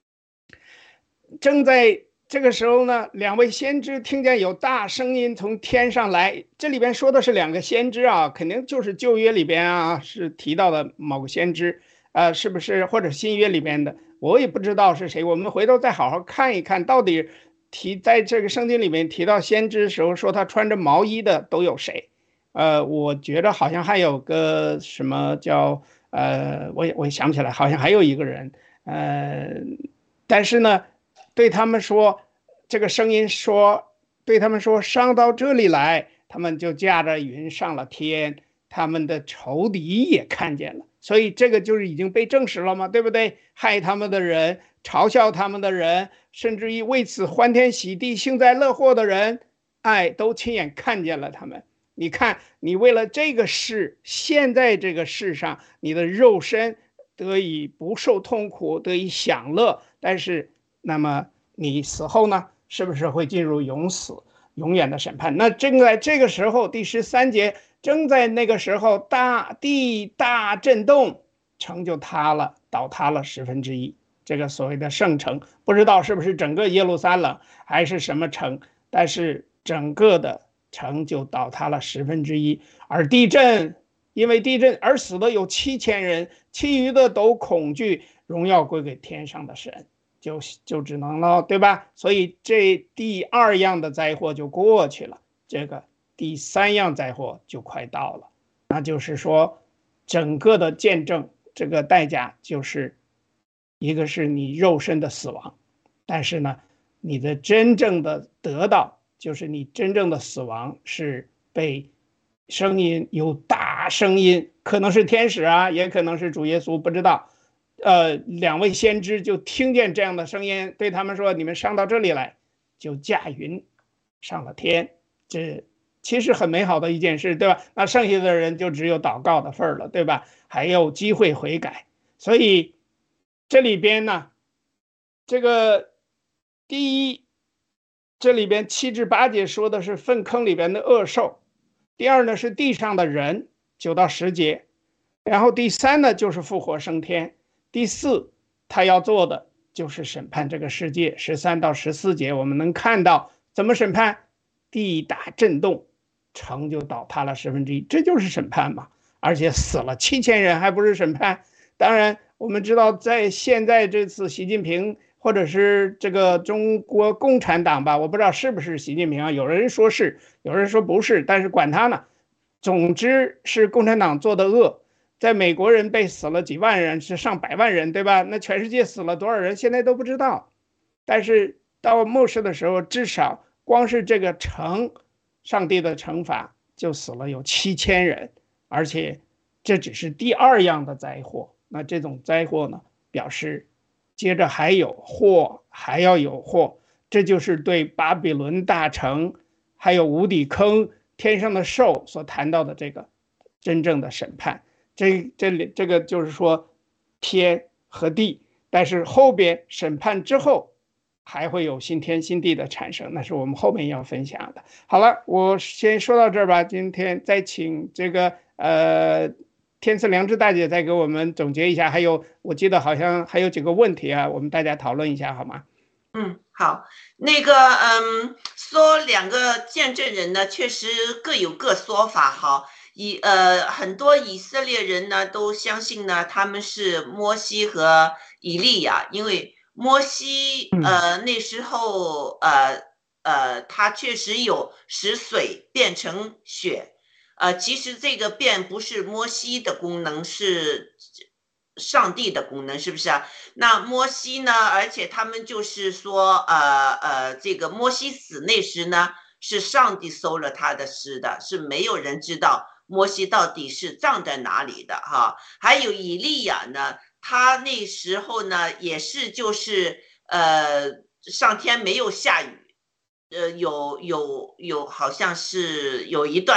Speaker 1: 正在这个时候呢，2位先知听见有大声音从天上来。这里边说的是2个先知啊，肯定就是旧约里边啊是提到的某个先知，是不是？或者新约里边的，我也不知道是谁。我们回头再好好看一看，到底在这个圣经里面提到先知的时候，说他穿着毛衣的都有谁？我觉得好像还有个什么叫我也想不起来，好像还有一个人，但是呢，对他们说，这个声音说，对他们说上到这里来，他们就驾着云上了天，他们的仇敌也看见了。所以这个就是已经被证实了嘛，对不对？害他们的人，嘲笑他们的人，甚至于为此欢天喜地幸灾乐祸的人，都亲眼看见了他们。你看，你为了这个事，现在这个世上，你的肉身得以不受痛苦，得以享乐，但是那么你死后呢，是不是会进入永死、永远的审判？那正在这个时候，第13节，正在那个时候，地大震动，城就塌了，倒塌了1/10。这个所谓的圣城，不知道是不是整个耶路撒冷还是什么城，但是整个的城就倒塌了1/10。而地震，因为地震而死的有7000人，其余的都恐惧，荣耀归给天上的神，就只能了，对吧？所以这第2样的灾祸就过去了，这个第3样灾祸就快到了。那就是说，整个的见证，这个代价就是一个是你肉身的死亡，但是呢，你的真正的得到，就是你真正的死亡是被声音，有大声音，可能是天使啊，也可能是主耶稣，不知道。2位先知就听见这样的声音，对他们说：“你们上到这里来，就驾云上了天。”这其实很美好的一件事，对吧？那剩下的人就只有祷告的份儿了，对吧？还有机会悔改。所以这里边呢，这个第一，这里边7至8节说的是粪坑里边的恶兽；第2呢是地上的人，9到10节；然后第3呢就是复活升天；第4他要做的就是审判这个世界。13到14节我们能看到怎么审判，地大震动，城就倒塌了1/10，这就是审判嘛。而且死了7000人，还不是审判？当然我们知道，在现在这次习近平或者是这个中国共产党吧，我不知道是不是习近平啊，有人说是，有人说不是，但是管他呢，总之是共产党做的恶。在美国人被死了几万人，是上百万人，对吧？那全世界死了多少人，现在都不知道。但是到末世的时候，至少光是这个城，上帝的惩罚就死了有7000人，而且这只是第2样的灾祸。那这种灾祸呢，表示接着还有祸，还要有祸。这就是对巴比伦大城还有无底坑天上的兽所谈到的这个真正的审判。这个就是说天和地，但是后边审判之后还会有新天新地的产生，那是我们后面要分享的。好了，我先说到这儿吧。今天再请这个天赐良知大姐再给我们总结一下，还有我记得好像还有几个问题啊，我们大家讨论一下好吗？
Speaker 7: 好，那个说2个见证人呢，确实各有各说法哈。很多以色列人呢都相信呢他们是摩西和以利亚，因为摩西那时候他确实有使水变成血，其实这个变不是摩西的功能，是上帝的功能，是不是啊？那摩西呢，而且他们就是说这个摩西死那时呢是上帝收了他的尸的，是没有人知道摩西到底是葬在哪里的哈。还有以利亚呢，他那时候呢也是就是上天没有下雨，有好像是有一段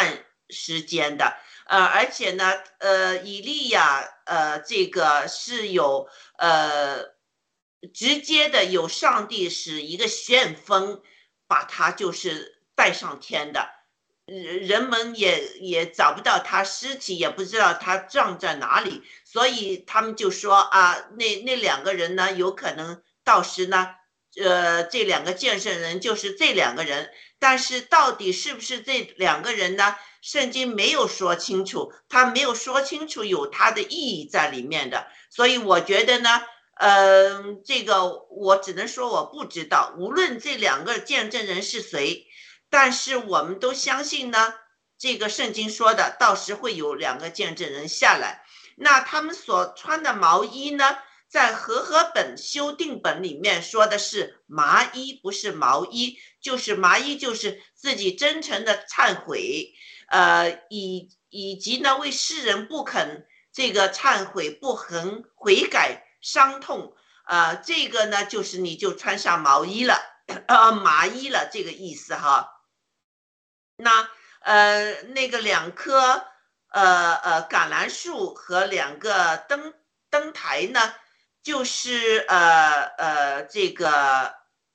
Speaker 7: 时间的。而且呢，以利亚这个是有直接的有上帝是一个旋风把他就是带上天的，人们也找不到他尸体，也不知道他葬在哪里，所以他们就说啊，那2个人呢，有可能到时呢，这2个见证人就是这2个人，但是到底是不是这2个人呢？圣经没有说清楚，他没有说清楚有他的意义在里面的，所以我觉得呢，这个我只能说我不知道，无论这2个见证人是谁，但是我们都相信呢，这个圣经说的到时会有2个见证人下来。那他们所穿的毛衣呢，在和合本修订本里面说的是麻衣，不是毛衣，就是麻衣，就是自己真诚的忏悔，以及呢为世人不肯这个忏悔，不肯悔改伤痛，这个呢就是你就穿上毛衣了，麻衣了，这个意思哈。那那个2棵橄榄树和2个灯台呢，就是这个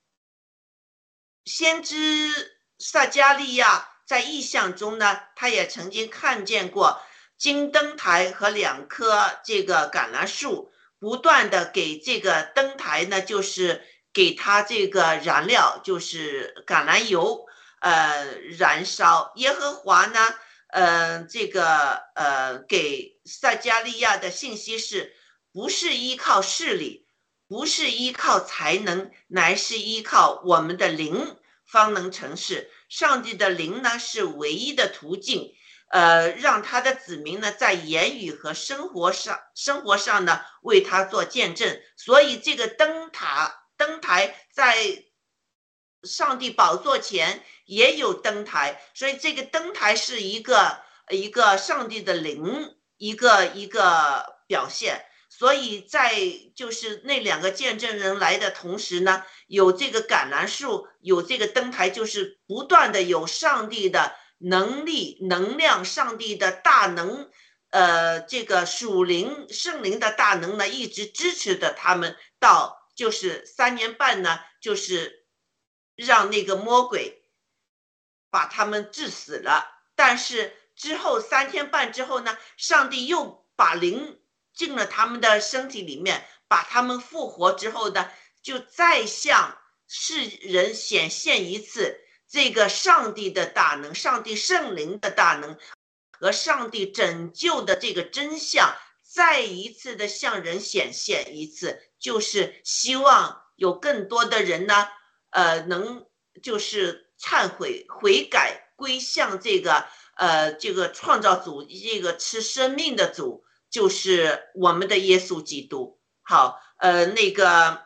Speaker 7: 先知撒迦利亚在异象中呢，他也曾经看见过金灯台和2棵这个橄榄树不断的给这个灯台呢，就是给它这个燃料，就是橄榄油燃烧。耶和华呢这个给撒迦利亚的信息是，不是依靠势力，不是依靠才能，乃是依靠我们的灵方能成事。上帝的灵呢是唯一的途径，让他的子民呢在言语和生活上呢为他做见证。所以这个灯台在上帝宝座前也有灯台，所以这个灯台是一个上帝的灵，一个表现。所以在就是那2个见证人来的同时呢，有这个橄榄树，有这个灯台，就是不断的有上帝的能力能量，上帝的大能，这个属灵圣灵的大能呢一直支持着他们，到就是3年半呢，就是让那个魔鬼把他们治死了。但是之后3天半之后呢，上帝又把灵进了他们的身体里面，把他们复活之后呢，就再向世人显现一次这个上帝的大能，上帝圣灵的大能和上帝拯救的这个真相，再一次的向人显现一次，就是希望有更多的人呢能就是忏悔悔改，归向这个创造主，这个赐生命的主，就是我们的耶稣基督。好，那个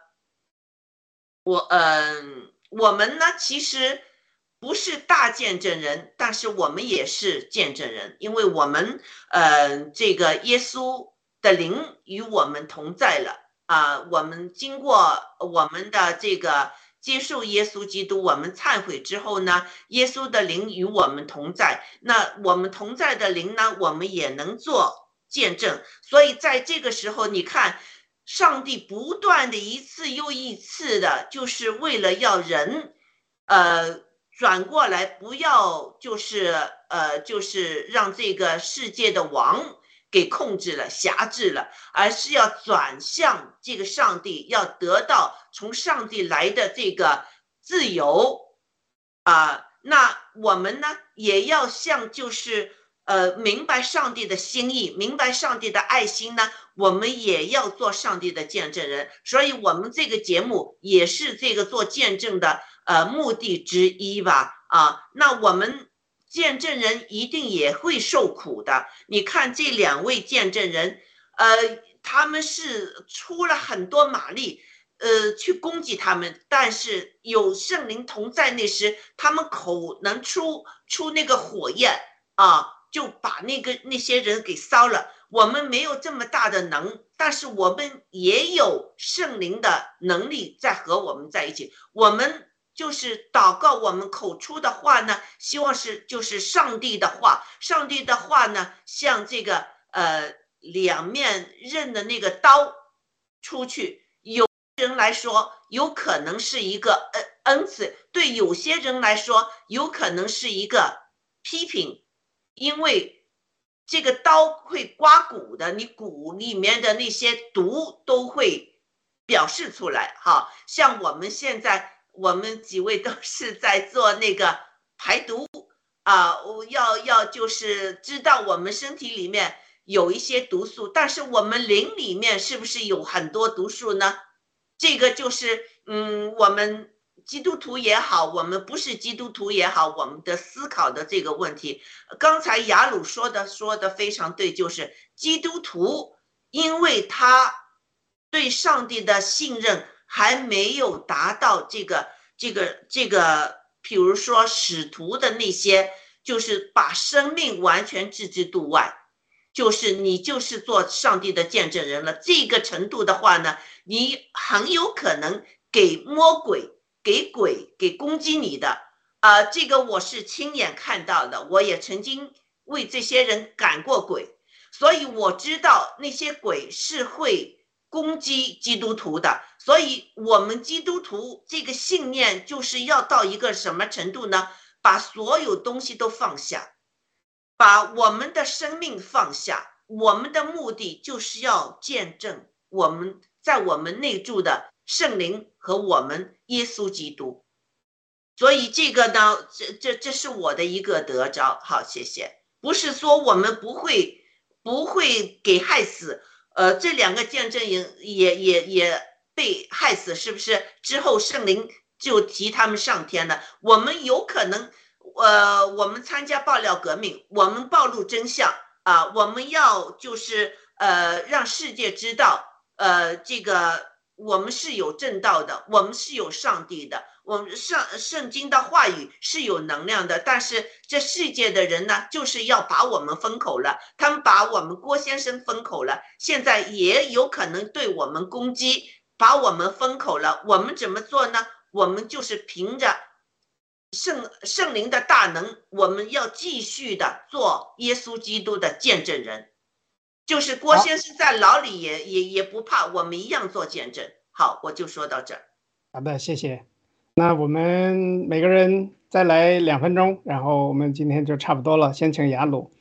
Speaker 7: 我们呢其实不是大见证人，但是我们也是见证人，因为我们这个耶稣的灵与我们同在了我们经过我们的这个接受耶稣基督，我们忏悔之后呢，耶稣的灵与我们同在，那我们同在的灵呢，我们也能做见证。所以在这个时候，你看上帝不断的一次又一次的，就是为了要人转过来，不要就是让这个世界的王给控制了辖制了，而是要转向这个上帝，要得到从上帝来的这个自由那我们呢也要像就是明白上帝的心意，明白上帝的爱心呢，我们也要做上帝的见证人。所以我们这个节目也是这个做见证的目的之一吧那我们见证人一定也会受苦的。你看这2位见证人他们是出了很多马力去攻击他们，但是有圣灵同在那时，他们口能出那个火焰就把那些人给烧了。我们没有这么大的能，但是我们也有圣灵的能力在和我们在一起，我们就是祷告我们口出的话呢，希望就是上帝的话。上帝的话呢，像这个两面刃的那个刀出去，有人来说有可能是一个恩赐，对有些人来说有可能是一个批评，因为这个刀会刮骨的，你骨里面的那些毒都会表示出来。好像我们现在我们几位都是在做那个排毒啊，要就是知道我们身体里面有一些毒素，但是我们灵里面是不是有很多毒素呢？这个就是我们基督徒也好，我们不是基督徒也好，我们的思考的这个问题。刚才雅鲁说的非常对，就是基督徒因为他对上帝的信任还没有达到这个比如说使徒的那些，就是把生命完全置之度外，就是你就是做上帝的见证人了。这个程度的话呢，你很有可能给魔鬼给攻击你的这个我是亲眼看到的，我也曾经为这些人赶过鬼，所以我知道那些鬼是会攻击基督徒的。所以我们基督徒这个信念就是要到一个什么程度呢？把所有东西都放下，把我们的生命放下，我们的目的就是要见证我们在我们内住的圣灵和我们耶稣基督。所以这个呢，这是我的一个得着。好，谢谢。不是说我们不会给害死，这两个见证人也被害死，是不是？之后圣灵就提他们上天了。我们有可能，我们参加爆料革命，我们暴露真相我们要就是让世界知道，这个我们是有正道的，我们是有上帝的，我们圣经的话语是有能量的。但是这世界的人呢，就是要把我们封口了，他们把我们郭先生封口了，现在也有可能对我们攻击，把我们封口了。我们怎么做呢？我们就是凭着圣灵的大能，我们要继续的做耶稣基督的见证人。就是郭先生在牢里也不怕，我们一样做见证。好，我就说到这儿。
Speaker 1: 好的，谢谢。那我们每个人再来2分钟，然后我们今天就差不多了。先请雅鲁。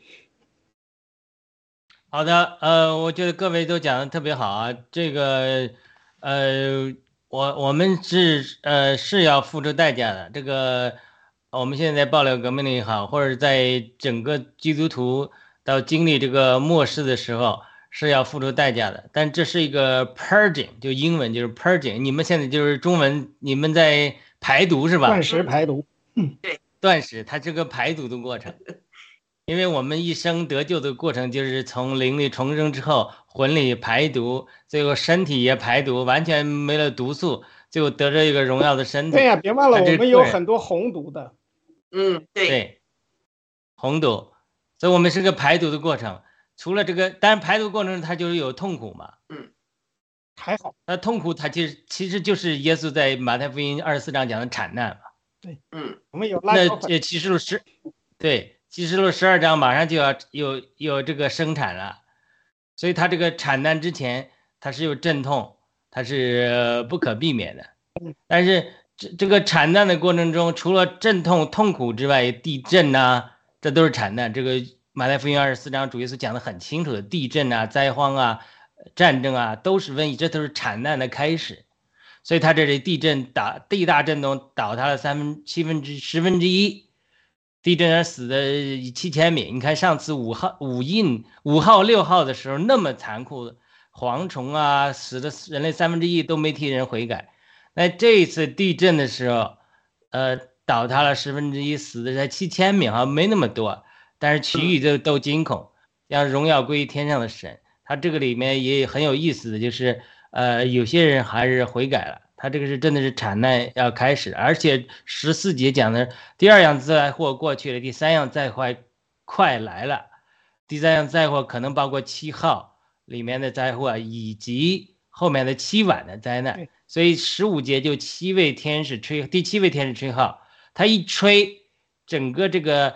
Speaker 8: 好的，我觉得各位都讲的特别好啊。这个，我们是要付出代价的。这个，我们现在爆料革命也好，或者在整个基督徒到经历这个末世的时候，是要付出代价的。但这是一个 purging， 就英文就是 purging， 你们现在就是中文，你们在排毒是吧？
Speaker 1: 断食排毒。
Speaker 7: 对，
Speaker 8: 断食，它是个排毒的过程。因为我们一生得救的过程就是从灵里重生之后，魂里排毒，最后身体也排毒，完全没了毒素，最后得着一个荣耀的身体。
Speaker 1: 对呀，别忘了我们有很多红毒的。
Speaker 7: 对，
Speaker 8: 红毒，所以我们是个排毒的过程。除了这个，当然排毒过程中它就是有痛苦嘛。
Speaker 1: 还好。
Speaker 8: 那痛苦它其实就是耶稣在马太福音24章讲的产难嘛。
Speaker 1: 对，我们有
Speaker 8: 那启示录启示录12章马上就要有这个生产了，所以他这个产难之前他是有阵痛，他是不可避免的。但是这个产难的过程中，除了阵痛痛苦之外，地震啊，这都是产难。这个马太福音24章主耶稣讲的很清楚的，地震啊、灾荒啊、战争啊，都是瘟疫，这都是产难的开始。所以他这里地大震动倒塌了10分之一。地震而死的7000米，你看上次5号、6号的时候那么残酷，蝗虫啊死的人类1/3都没替人悔改。那这一次地震的时候，倒塌了10分之一，死的才7000米，好像没那么多，但是其余的都惊恐，让荣耀归于天上的神。他这个里面也很有意思的就是，有些人还是悔改了。他这个是真的是产难要开始，而且14节讲的第2样灾祸过去了，第3样灾祸快来了，第3样灾祸可能包括7号里面的灾祸，以及后面的7晚的灾难。所以15节就7位天使吹，第7位天使吹号，他一吹，整个这个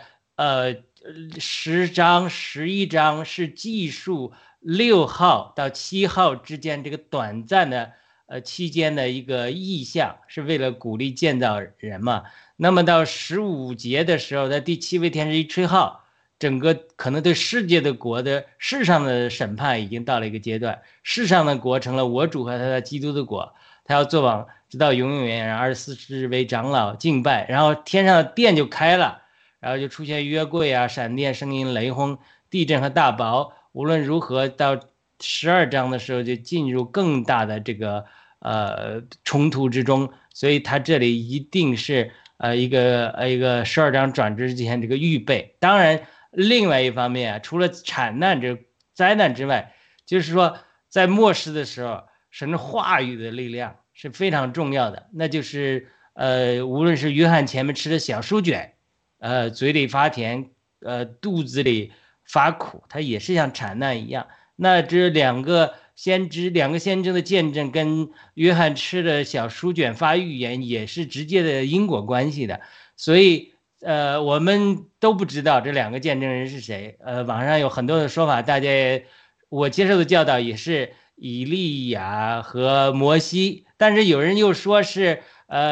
Speaker 8: 10章11章是记述6号到7号之间这个短暂的期间的一个意象，是为了鼓励建造人嘛。那么到15节的时候，在第7位天使一吹号，整个可能对世界的国的世上的审判已经到了一个阶段，世上的国成了我主和他的基督的国，他要做王直到永永远远，24为长老敬拜，然后天上的殿就开了，然后就出现约柜啊、闪电、声音、雷轰、地震和大雹。无论如何，到12章的时候就进入更大的这个冲突之中，所以他这里一定是一个12章转之前这个预备。当然，另外一方面啊，除了产难这灾难之外，就是说在末世的时候，神话语的力量是非常重要的。那就是无论是约翰前面吃的小书卷，嘴里发甜，肚子里发苦，它也是像产难一样。那这两个先知的见证跟约翰吃的小书卷发预言也是直接的因果关系的。所以我们都不知道这两个见证人是谁。网上有很多的说法，我接受的教导也是以利亚和摩西，但是有人又说是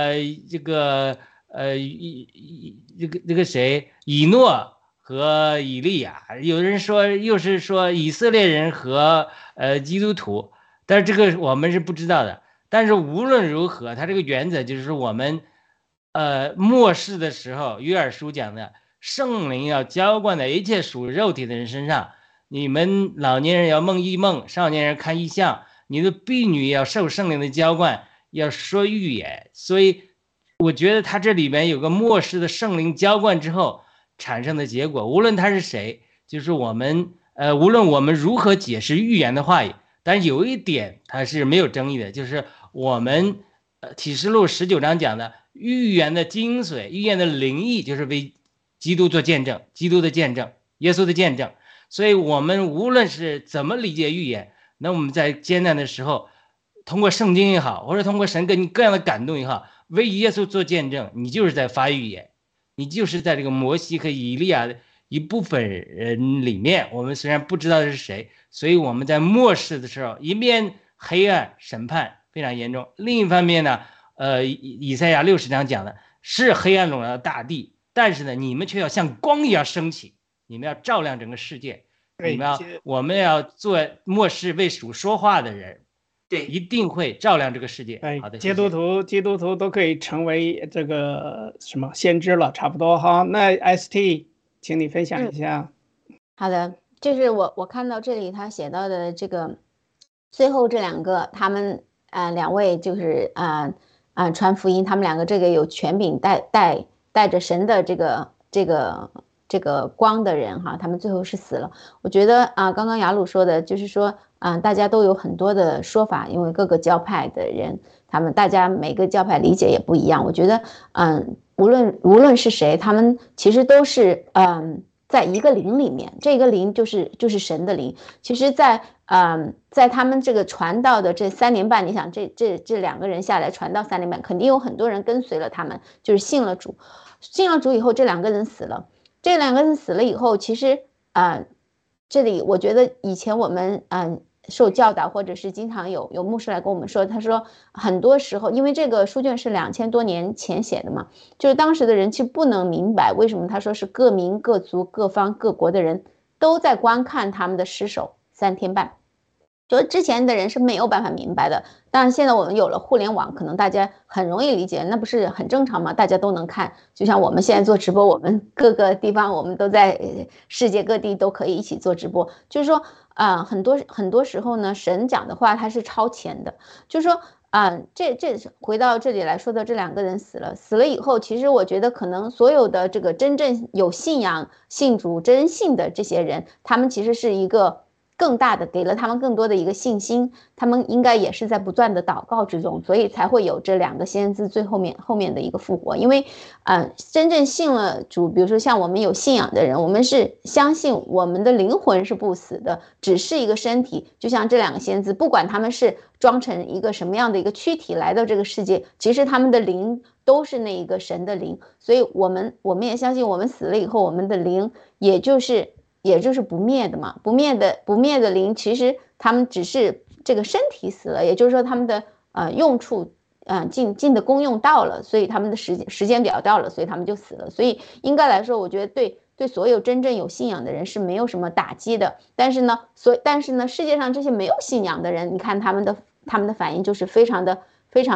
Speaker 8: 以诺和以利亚，有人说又是说以色列人和基督徒，但是这个我们是不知道的。但是无论如何，它这个原则就是我们末世的时候，约珥书讲的圣灵要浇灌在一切属肉体的人身上。你们老年人要梦异梦，少年人看异象，你的婢女要受圣灵的浇灌，要说预言。所以我觉得它这里面有个末世的圣灵浇灌之后产生的结果，无论他是谁，就是我们无论我们如何解释预言的话语，但是有一点它是没有争议的，就是我们启示录19章讲的预言的精髓，预言的灵意，就是为基督做见证，基督的见证，耶稣的见证。所以我们无论是怎么理解预言，那我们在艰难的时候，通过圣经也好，或者通过神给你各样的感动也好，为耶稣做见证，你就是在发预言，你就是在这个摩西和以利亚的一部分人里面。我们虽然不知道是谁，所以我们在末世的时候，一面黑暗审判非常严重，另一方面呢，以赛亚60章讲的是黑暗笼罩大地，但是呢，你们却要像光一样升起，你们要照亮整个世界，我们要做末世为主说话的人，
Speaker 7: 对，
Speaker 8: 一定会照亮这个世界。好的，
Speaker 1: 基督徒都可以成为这个什么先知了，差不多哈。那 ST， 请你分享一下。
Speaker 2: 好的，就是我看到这里他写到的这个最后这两个，他们两位就是传福音，他们两个这个有权柄带着神的这个光的人哈，他们最后是死了。我觉得刚刚雅鲁说的就是说大家都有很多的说法，因为各个教派的人，大家每个教派理解也不一样。我觉得无论是谁，他们其实都是在一个灵里面，这个灵就是神的灵。其实在他们这个传道的这3年半，你想这两个人下来传道3年半，肯定有很多人跟随了他们，就是信了主以后，这两个人死了。这两个人死了以后，其实这里我觉得以前我们受教导，或者是经常有牧师来跟我们说，他说很多时候，因为这个书卷是2000多年前写的嘛，就是当时的人其实不能明白为什么他说是各民各族各方各国的人都在观看他们的尸首3天半，就之前的人是没有办法明白的。当然现在我们有了互联网，可能大家很容易理解，那不是很正常吗？大家都能看，就像我们现在做直播，我们各个地方我们都在世界各地都可以一起做直播。就是说很多时候呢，神讲的话它是超前的。就是说这回到这里来说的，这两个人死了以后，其实我觉得可能所有的这个真正有信仰信主真信的这些人，他们其实是一个更大的，给了他们更多的一个信心，他们应该也是在不断的祷告之中，所以才会有这2个先知最后面的一个复活。因为真正信了主，比如说像我们有信仰的人，我们是相信我们的灵魂是不死的，只是一个身体，就像这2个先知，不管他们是装成一个什么样的一个躯体来到这个世界，其实他们的灵都是那一个神的灵，所以我们也相信，我们死了以后，我们的灵也就是不灭的嘛，不灭的灵，其实他们只是这个身体死了，也就是说他们的用处尽的功用到了，所以他们的时间表到了，所以他们就死了。所以应该来说，我觉得对所有真正有信仰的人是没有什么打击的。但是呢，世界上这些没有信仰的人，你看他们的反应就是非常的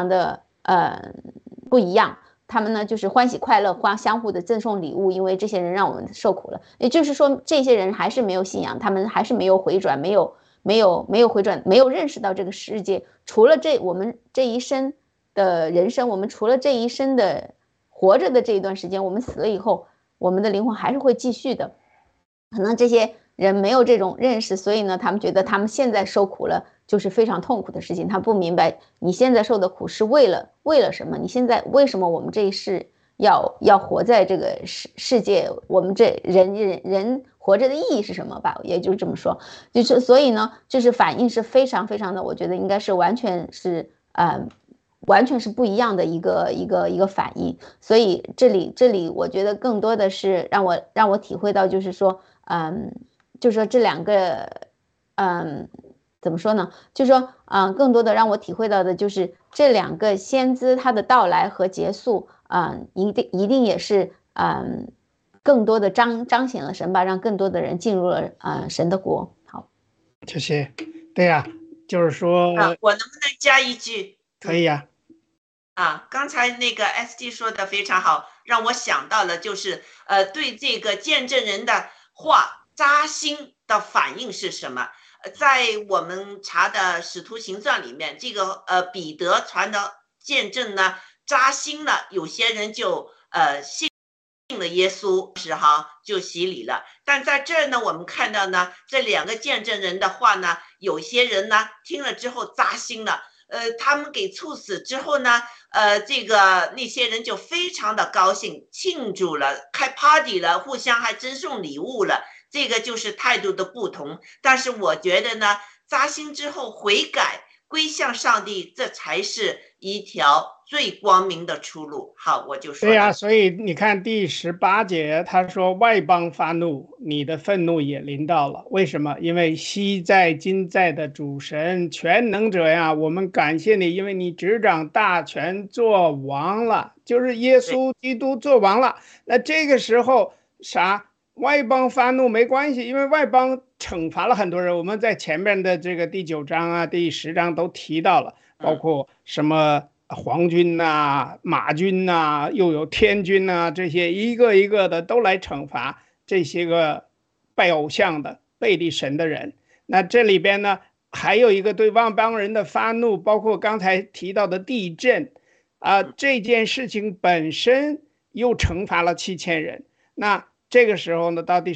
Speaker 2: 不一样。他们呢就是欢喜快乐，相互的赠送礼物，因为这些人让我们受苦了。也就是说，这些人还是没有信仰，他们还是没有回转，没有回转，没有认识到这个世界。除了我们这一生的人生，我们除了这一生的活着的这一段时间，我们死了以后，我们的灵魂还是会继续的。可能这些人没有这种认识，所以呢，他们觉得他们现在受苦了就是非常痛苦的事情。他不明白你现在受的苦是为了什么？你现在为什么我们这一世要活在这个世界？我们这人活着的意义是什么吧？也就是这么说，就是所以呢，就是反应是非常非常的，我觉得应该是完全是不一样的一个反应。所以这里我觉得更多的是让我体会到，就是说就是说这2个怎么说呢？就是说更多的让我体会到的就是这2个先知他的到来和结束一定也是更多的彰显了神吧，让更多的人进入了神的国。好，
Speaker 1: 谢谢。对呀，就是说
Speaker 7: 我能不能加一句？
Speaker 1: 可以呀。
Speaker 7: 刚才那个 SD 说的非常好，让我想到了就是对这个见证人的话扎心的反应是什么？在我们查的使徒行传里面，这个彼得传的见证呢扎心了，有些人就信了耶稣是就洗礼了。但在这儿呢，我们看到呢，这2个见证人的话呢，有些人呢听了之后扎心了，他们给处死之后呢，那些人就非常的高兴，庆祝了，开 party 了，互相还赠送礼物了。这个就是态度的不同。但是我觉得呢，扎心之后悔改归向上帝，这才是一条最光明的出路。好，我就说。
Speaker 1: 对呀，所以你看第18节，他说外邦发怒，你的愤怒也临到了。为什么？因为昔在今在的主神全能者呀，我们感谢你，因为你执掌大权做王了，就是耶稣基督做王了。那这个时候啥？外邦发怒没关系，因为外邦惩罚了很多人。我们在前面的这个第9章第10章都提到了，包括什么皇军马军又有天军这些一个一个的都来惩罚这些个拜偶像的背离神的人。那这里边呢还有一个对外邦人的发怒，包括刚才提到的地震这件事情本身又惩罚了7000人。那这个时候呢，到第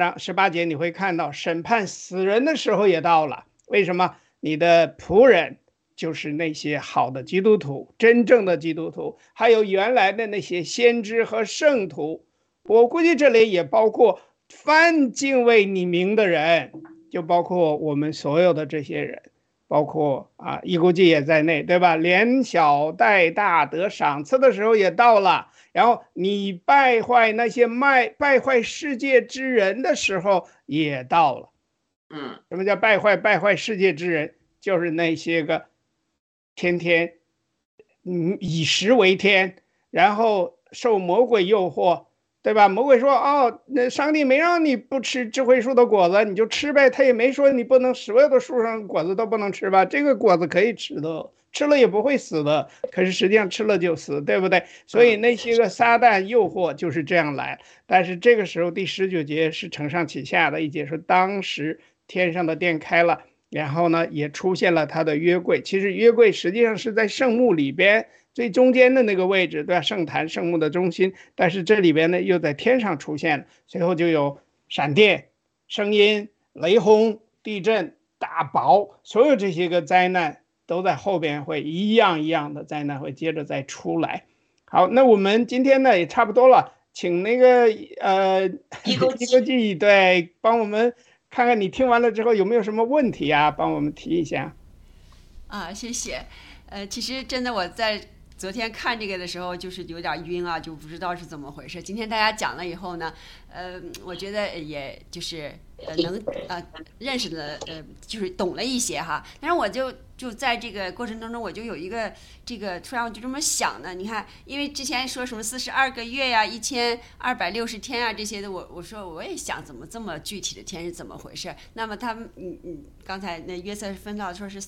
Speaker 1: 18节你会看到审判死人的时候也到了。为什么？你的仆人就是那些好的基督徒，真正的基督徒，还有原来的那些先知和圣徒。我估计这里也包括凡敬畏你名的人，就包括我们所有的这些人，包括一估计也在内，对吧？连小带大得赏赐的时候也到了。然后你败坏那些败坏世界之人的时候也到了。什么叫败坏世界之人？就是那些个天天以食为天，然后受魔鬼诱惑，对吧？魔鬼说那上帝没让你不吃智慧树的果子，你就吃呗。他也没说你不能所有的树上果子都不能吃吧？这个果子可以吃的，吃了也不会死的，可是实际上吃了就死，对不对？所以那些个撒旦诱惑就是这样来。但是这个时候第19节是承上启下的一节，说当时天上的殿开了，然后呢也出现了他的约柜。其实约柜实际上是在圣幕里边最中间的那个位置，对吧？圣坛圣幕的中心，但是这里边呢又在天上出现了，随后就有闪电、声音、雷轰， 地震、大雹，所有这些个灾难都在后边会一样一样的灾难会接着再出来。好，那我们今天呢也差不多了，请那个一勾记对帮我们看看你听完了之后有没有什么问题啊，帮我们提一下。
Speaker 9: 谢谢。其实真的我在昨天看这个的时候就是有点晕啊，就不知道是怎么回事。今天大家讲了以后呢，我觉得也就是能认识的就是懂了一些哈。但是我就在这个过程当中，我就有一个这个突然我就这么想呢。你看，因为之前说什么42个月呀、1260天啊这些的，我说我也想怎么这么具体的天是怎么回事。那么他们刚才那约瑟分到说是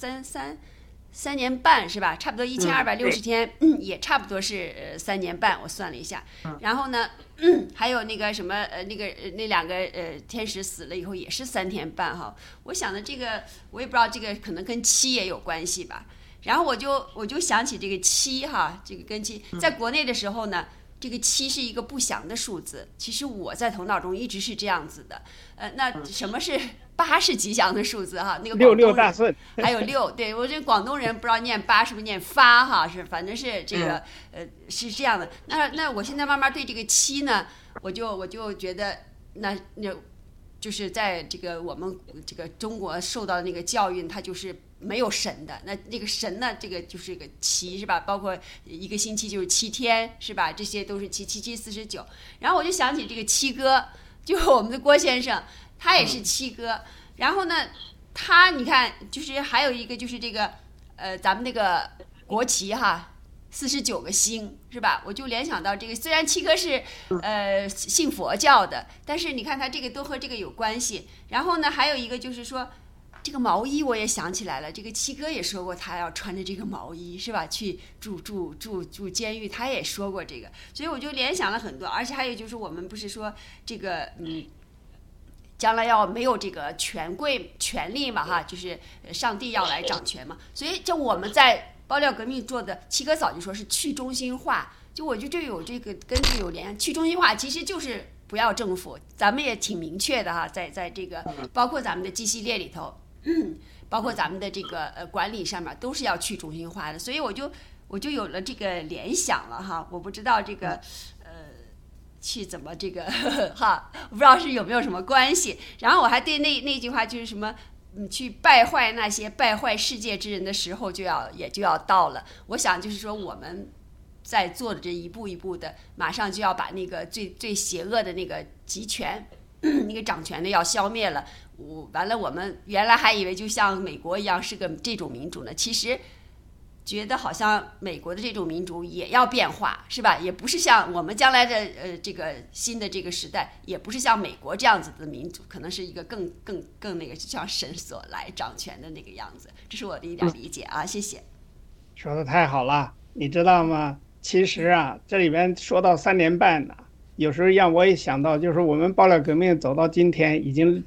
Speaker 9: 3年半是吧？差不多1260天，也差不多是3年半，我算了一下。然后呢，还有那个什么那两个天使死了以后也是3天半哈。我想的这个我也不知道，这个可能跟7也有关系吧。然后我就想起这个7哈，这个跟7在国内的时候呢，这个7是一个不祥的数字。其实我在头脑中一直是这样子的。那什么是8是吉祥的数字哈？那个
Speaker 1: 6大顺，
Speaker 9: 还有6，对我这广东人不知道念8是不是念发哈？是反正是这个是这样的。那我现在慢慢对这个7呢，我就觉得那就是在这个我们这个中国受到的那个教育，它就是没有神的。那个神呢，这个就是个7是吧？包括一个星期就是7天是吧？这些都是7、7、7、49。然后我就想起这个七哥，就是我们的郭先生，他也是七哥。然后呢，他你看，就是还有一个就是这个咱们那个国旗哈，49个星是吧？我就联想到这个，虽然七哥是信佛教的，但是你看他这个都和这个有关系。然后呢，还有一个就是说，这个毛衣我也想起来了，这个七哥也说过他要穿着这个毛衣是吧？去住监狱，他也说过这个，所以我就联想了很多。而且还有就是我们不是说这个将来要没有这个权力嘛哈，就是上帝要来掌权嘛，所以就我们在爆料革命做的，七哥早就说是去中心化，就我觉得这有这个跟这有联，去中心化其实就是不要政府，咱们也挺明确的哈，在这个包括咱们的G系列里头，包括咱们的这个管理上面都是要去中心化的，所以我就有了这个联想了哈，我不知道这个去怎么这个哈，我不知道是有没有什么关系。然后我还对那句话就是什么，去败坏那些败坏世界之人的时候也就要到了。我想就是说我们在做的这一步一步的，马上就要把那个最邪恶的那个集权那个掌权的要消灭了。完了，我们原来还以为就像美国一样是个这种民主呢，其实觉得好像美国的这种民主也要变化，是吧？也不是像我们将来的这个新的这个时代，也不是像美国这样子的民主，可能是一个更那个像神所来掌权的那个样子。这是我的一点理解啊，谢谢。
Speaker 1: 说的太好了，你知道吗？其实啊，这里边说到3年半呢，有时候让我也想到，就是我们爆料革命走到今天已经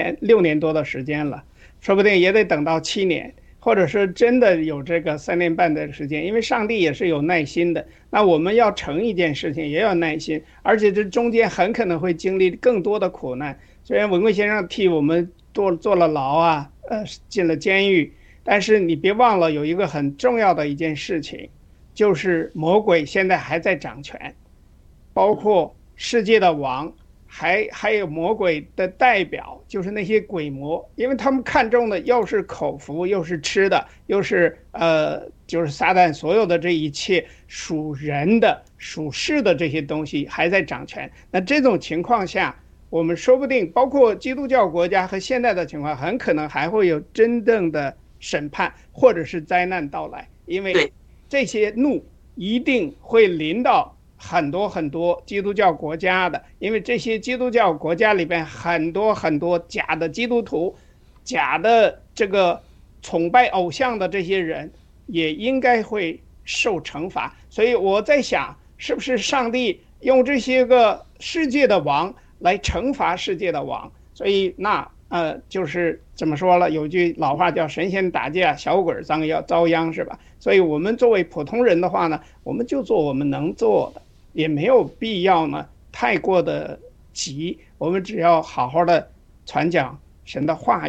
Speaker 1: 6年多的时间了，说不定也得等到7年。或者是真的有这个3年半的时间，因为上帝也是有耐心的。那我们要成一件事情也要耐心，而且这中间很可能会经历更多的苦难。虽然文贵先生替我们坐了牢啊，进了监狱，但是你别忘了有一个很重要的一件事情，就是魔鬼现在还在掌权，包括世界的王。还有魔鬼的代表，就是那些鬼魔，因为他们看重的又是口福，又是吃的，又是就是撒旦所有的这一切属人的、属世的这些东西还在掌权。那这种情况下，我们说不定包括基督教国家和现在的情况，很可能还会有真正的审判或者是灾难到来，因为这些怒一定会临到很多基督教国家的，因为这些基督教国家里边很多假的基督徒，假的这个崇拜偶像的这些人也应该会受惩罚。所以我在想，是不是上帝用这些个世界的王来惩罚世界的王？所以那就是怎么说了，有句老话叫神仙打架，小鬼遭殃，是吧？所以我们作为普通人的话呢，我们就做我们能做的，也没有必要呢太过的急，我们只要好好的传讲神的话语，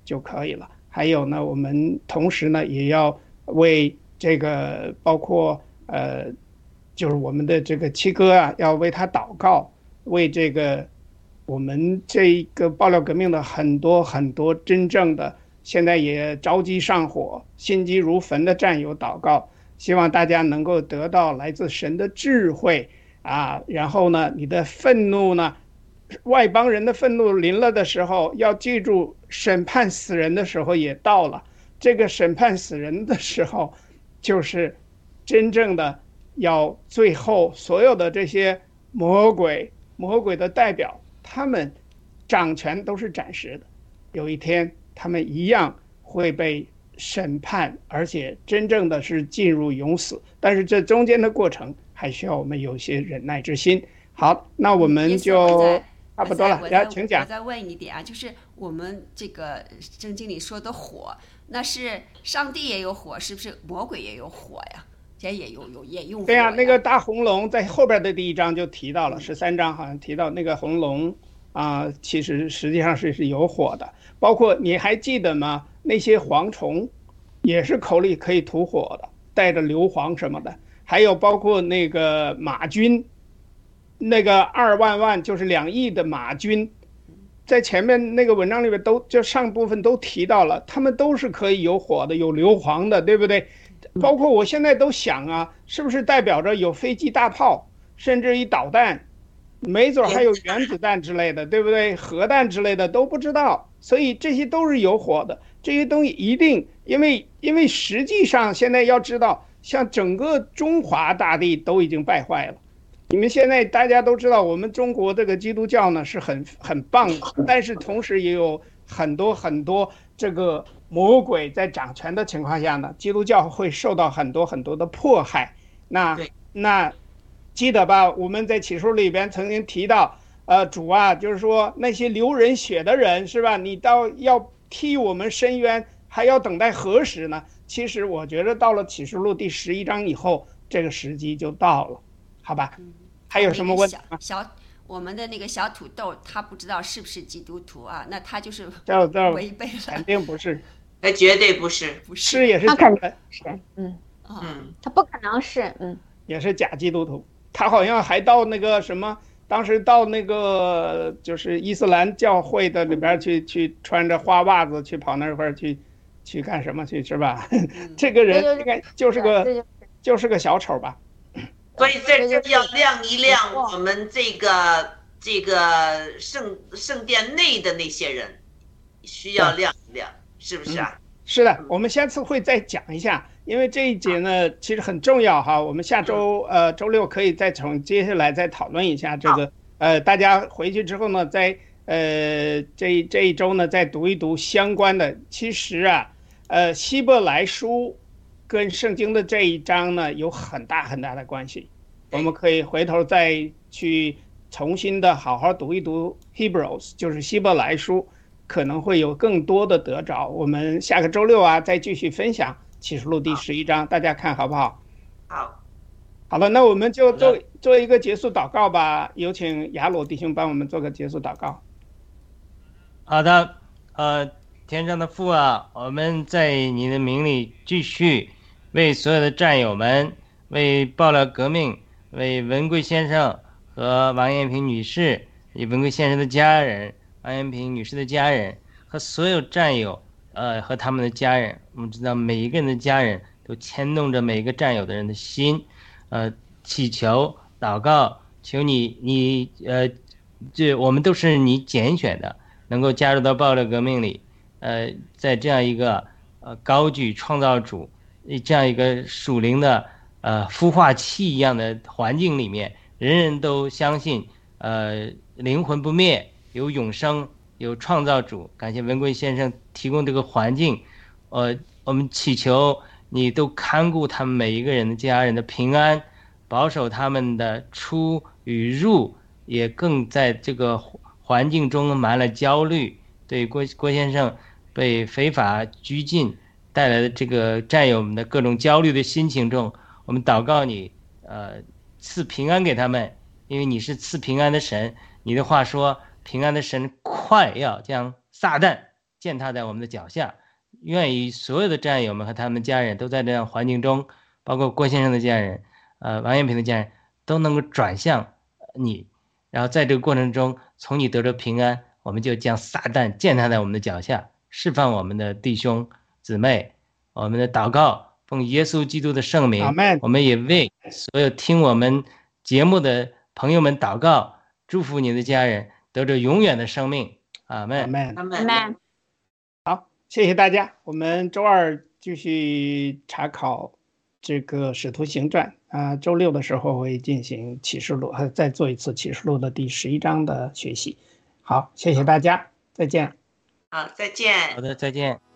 Speaker 1: 就可以了。还有呢，我们同时呢也要为这个包括就是我们的这个七哥啊，要为他祷告，为这个我们这个爆料革命的很多很多真正的现在也着急上火、心急如焚的战友祷告，希望大家能够得到来自神的智慧啊。然后呢，你的愤怒呢，外邦人的愤怒临了的时候，要记住审判死人的时候也到了。这个审判死人的时候，就是真正的要最后所有的这些魔鬼的代表，他们掌权都是暂时的，有一天他们一样会被审判，而且真正的是进入永死。但是这中间的过程还需要我们有些忍耐之心。好，那我们就差不多了，请讲。
Speaker 9: 我再问一点啊，就是我们这个圣经里说的火，那是上帝也有火，是不是魔鬼也有火呀？也用火呀。
Speaker 1: 对呀，那个大红龙在后边的第1章就提到了，13章好像提到那个红龙啊，其实实际上是有火的。包括你还记得吗？那些蝗虫也是口里可以吐火的，带着硫磺什么的。还有包括那个马军，那个2万就是2亿的马军，在前面那个文章里面就上部分都提到了，他们都是可以有火的，有硫磺的，对不对？包括我现在都想啊，是不是代表着有飞机大炮，甚至于导弹，没准还有原子弹之类的，对不对？核弹之类的都不知道，所以这些都是有火的。这些东西一定，因为实际上现在要知道，像整个中华大地都已经败坏了。你们现在大家都知道，我们中国这个基督教呢是很棒的，但是同时也有很多这个魔鬼在掌权的情况下呢，基督教会受到很多的迫害。那记得吧？我们在启示录里边曾经提到，主啊，就是说那些流人血的人，是吧？你到要替我们伸冤，还要等待何时呢？其实我觉得到了启示录第11章以后，这个时机就到了，好吧？还有什么问题吗？
Speaker 9: 我们的那个小土豆，他不知道是不是基督徒啊？那他就是违背了。
Speaker 1: 肯定不是，
Speaker 7: 绝对不是，
Speaker 1: 是也是
Speaker 2: 他肯定是，他不可能是，
Speaker 1: 也是假基督徒。他好像还到那个什么，当时到那个就是伊斯兰教会的里边去穿着花袜子去跑那块去干什么去，是吧？这个人应该就是个小丑吧。
Speaker 7: 所以在这要亮一亮我们这个圣殿内的那些人，需要亮一亮，是不是啊？
Speaker 1: 是的，我们下次会再讲一下，因为这一节呢其实很重要哈。我们下周周六可以再从接下来再讨论一下这个大家回去之后呢，在这一周呢再读一读相关的。其实啊，希伯来书跟圣经的这一章呢有很大的关系，我们可以回头再去重新的好好读一读 Hebrews， 就是希伯来书，可能会有更多的得着。我们下个周六啊再继续分享启示录第11章，大家看好不好？好了，那我们就做一个结束祷告吧。有请雅鲁弟兄帮我们做个结束祷告。
Speaker 8: 好的，天上的父啊，我们在你的名里继续为所有的战友们，为爆料革命，为文贵先生和王艳萍女士，以文贵先生的家人，王艳萍女士的家人和所有战友和他们的家人，我们知道每一个人的家人都牵动着每一个战友的人的心，祈求祷告，求你我们都是你拣选的，能够加入到爆料革命里，在这样一个高举创造主这样一个属灵的孵化器一样的环境里面，人人都相信灵魂不灭，有永生，有创造主。感谢文贵先生提供这个环境，我们祈求你都看顾他们每一个人的家人的平安，保守他们的出与入，也更在这个环境中满了焦虑。对郭先生被非法拘禁带来的这个战友们的各种焦虑的心情中，我们祷告你赐平安给他们，因为你是赐平安的神。你的话说，平安的神快要将撒旦践踏在我们的脚下。愿意所有的战友们和他们家人都在这样环境中，包括郭先生的家人，王艳平的家人都能够转向你，然后在这个过程中从你得着平安，我们就将撒旦践踏在我们的脚下，释放我们的弟兄姊妹。我们的祷告奉耶稣基督的圣名，我们也为所有听我们节目的朋友们祷告，祝福你的家人得着永远的生命。阿们。
Speaker 7: 阿们。
Speaker 1: 好，谢谢大家。我们周二继续查考这个《使徒行传》啊，周六的时候会进行启示录，再做一次启示录的第11章的学习。好，谢谢大家，再见。
Speaker 7: 好，再见。
Speaker 8: 好的，再见。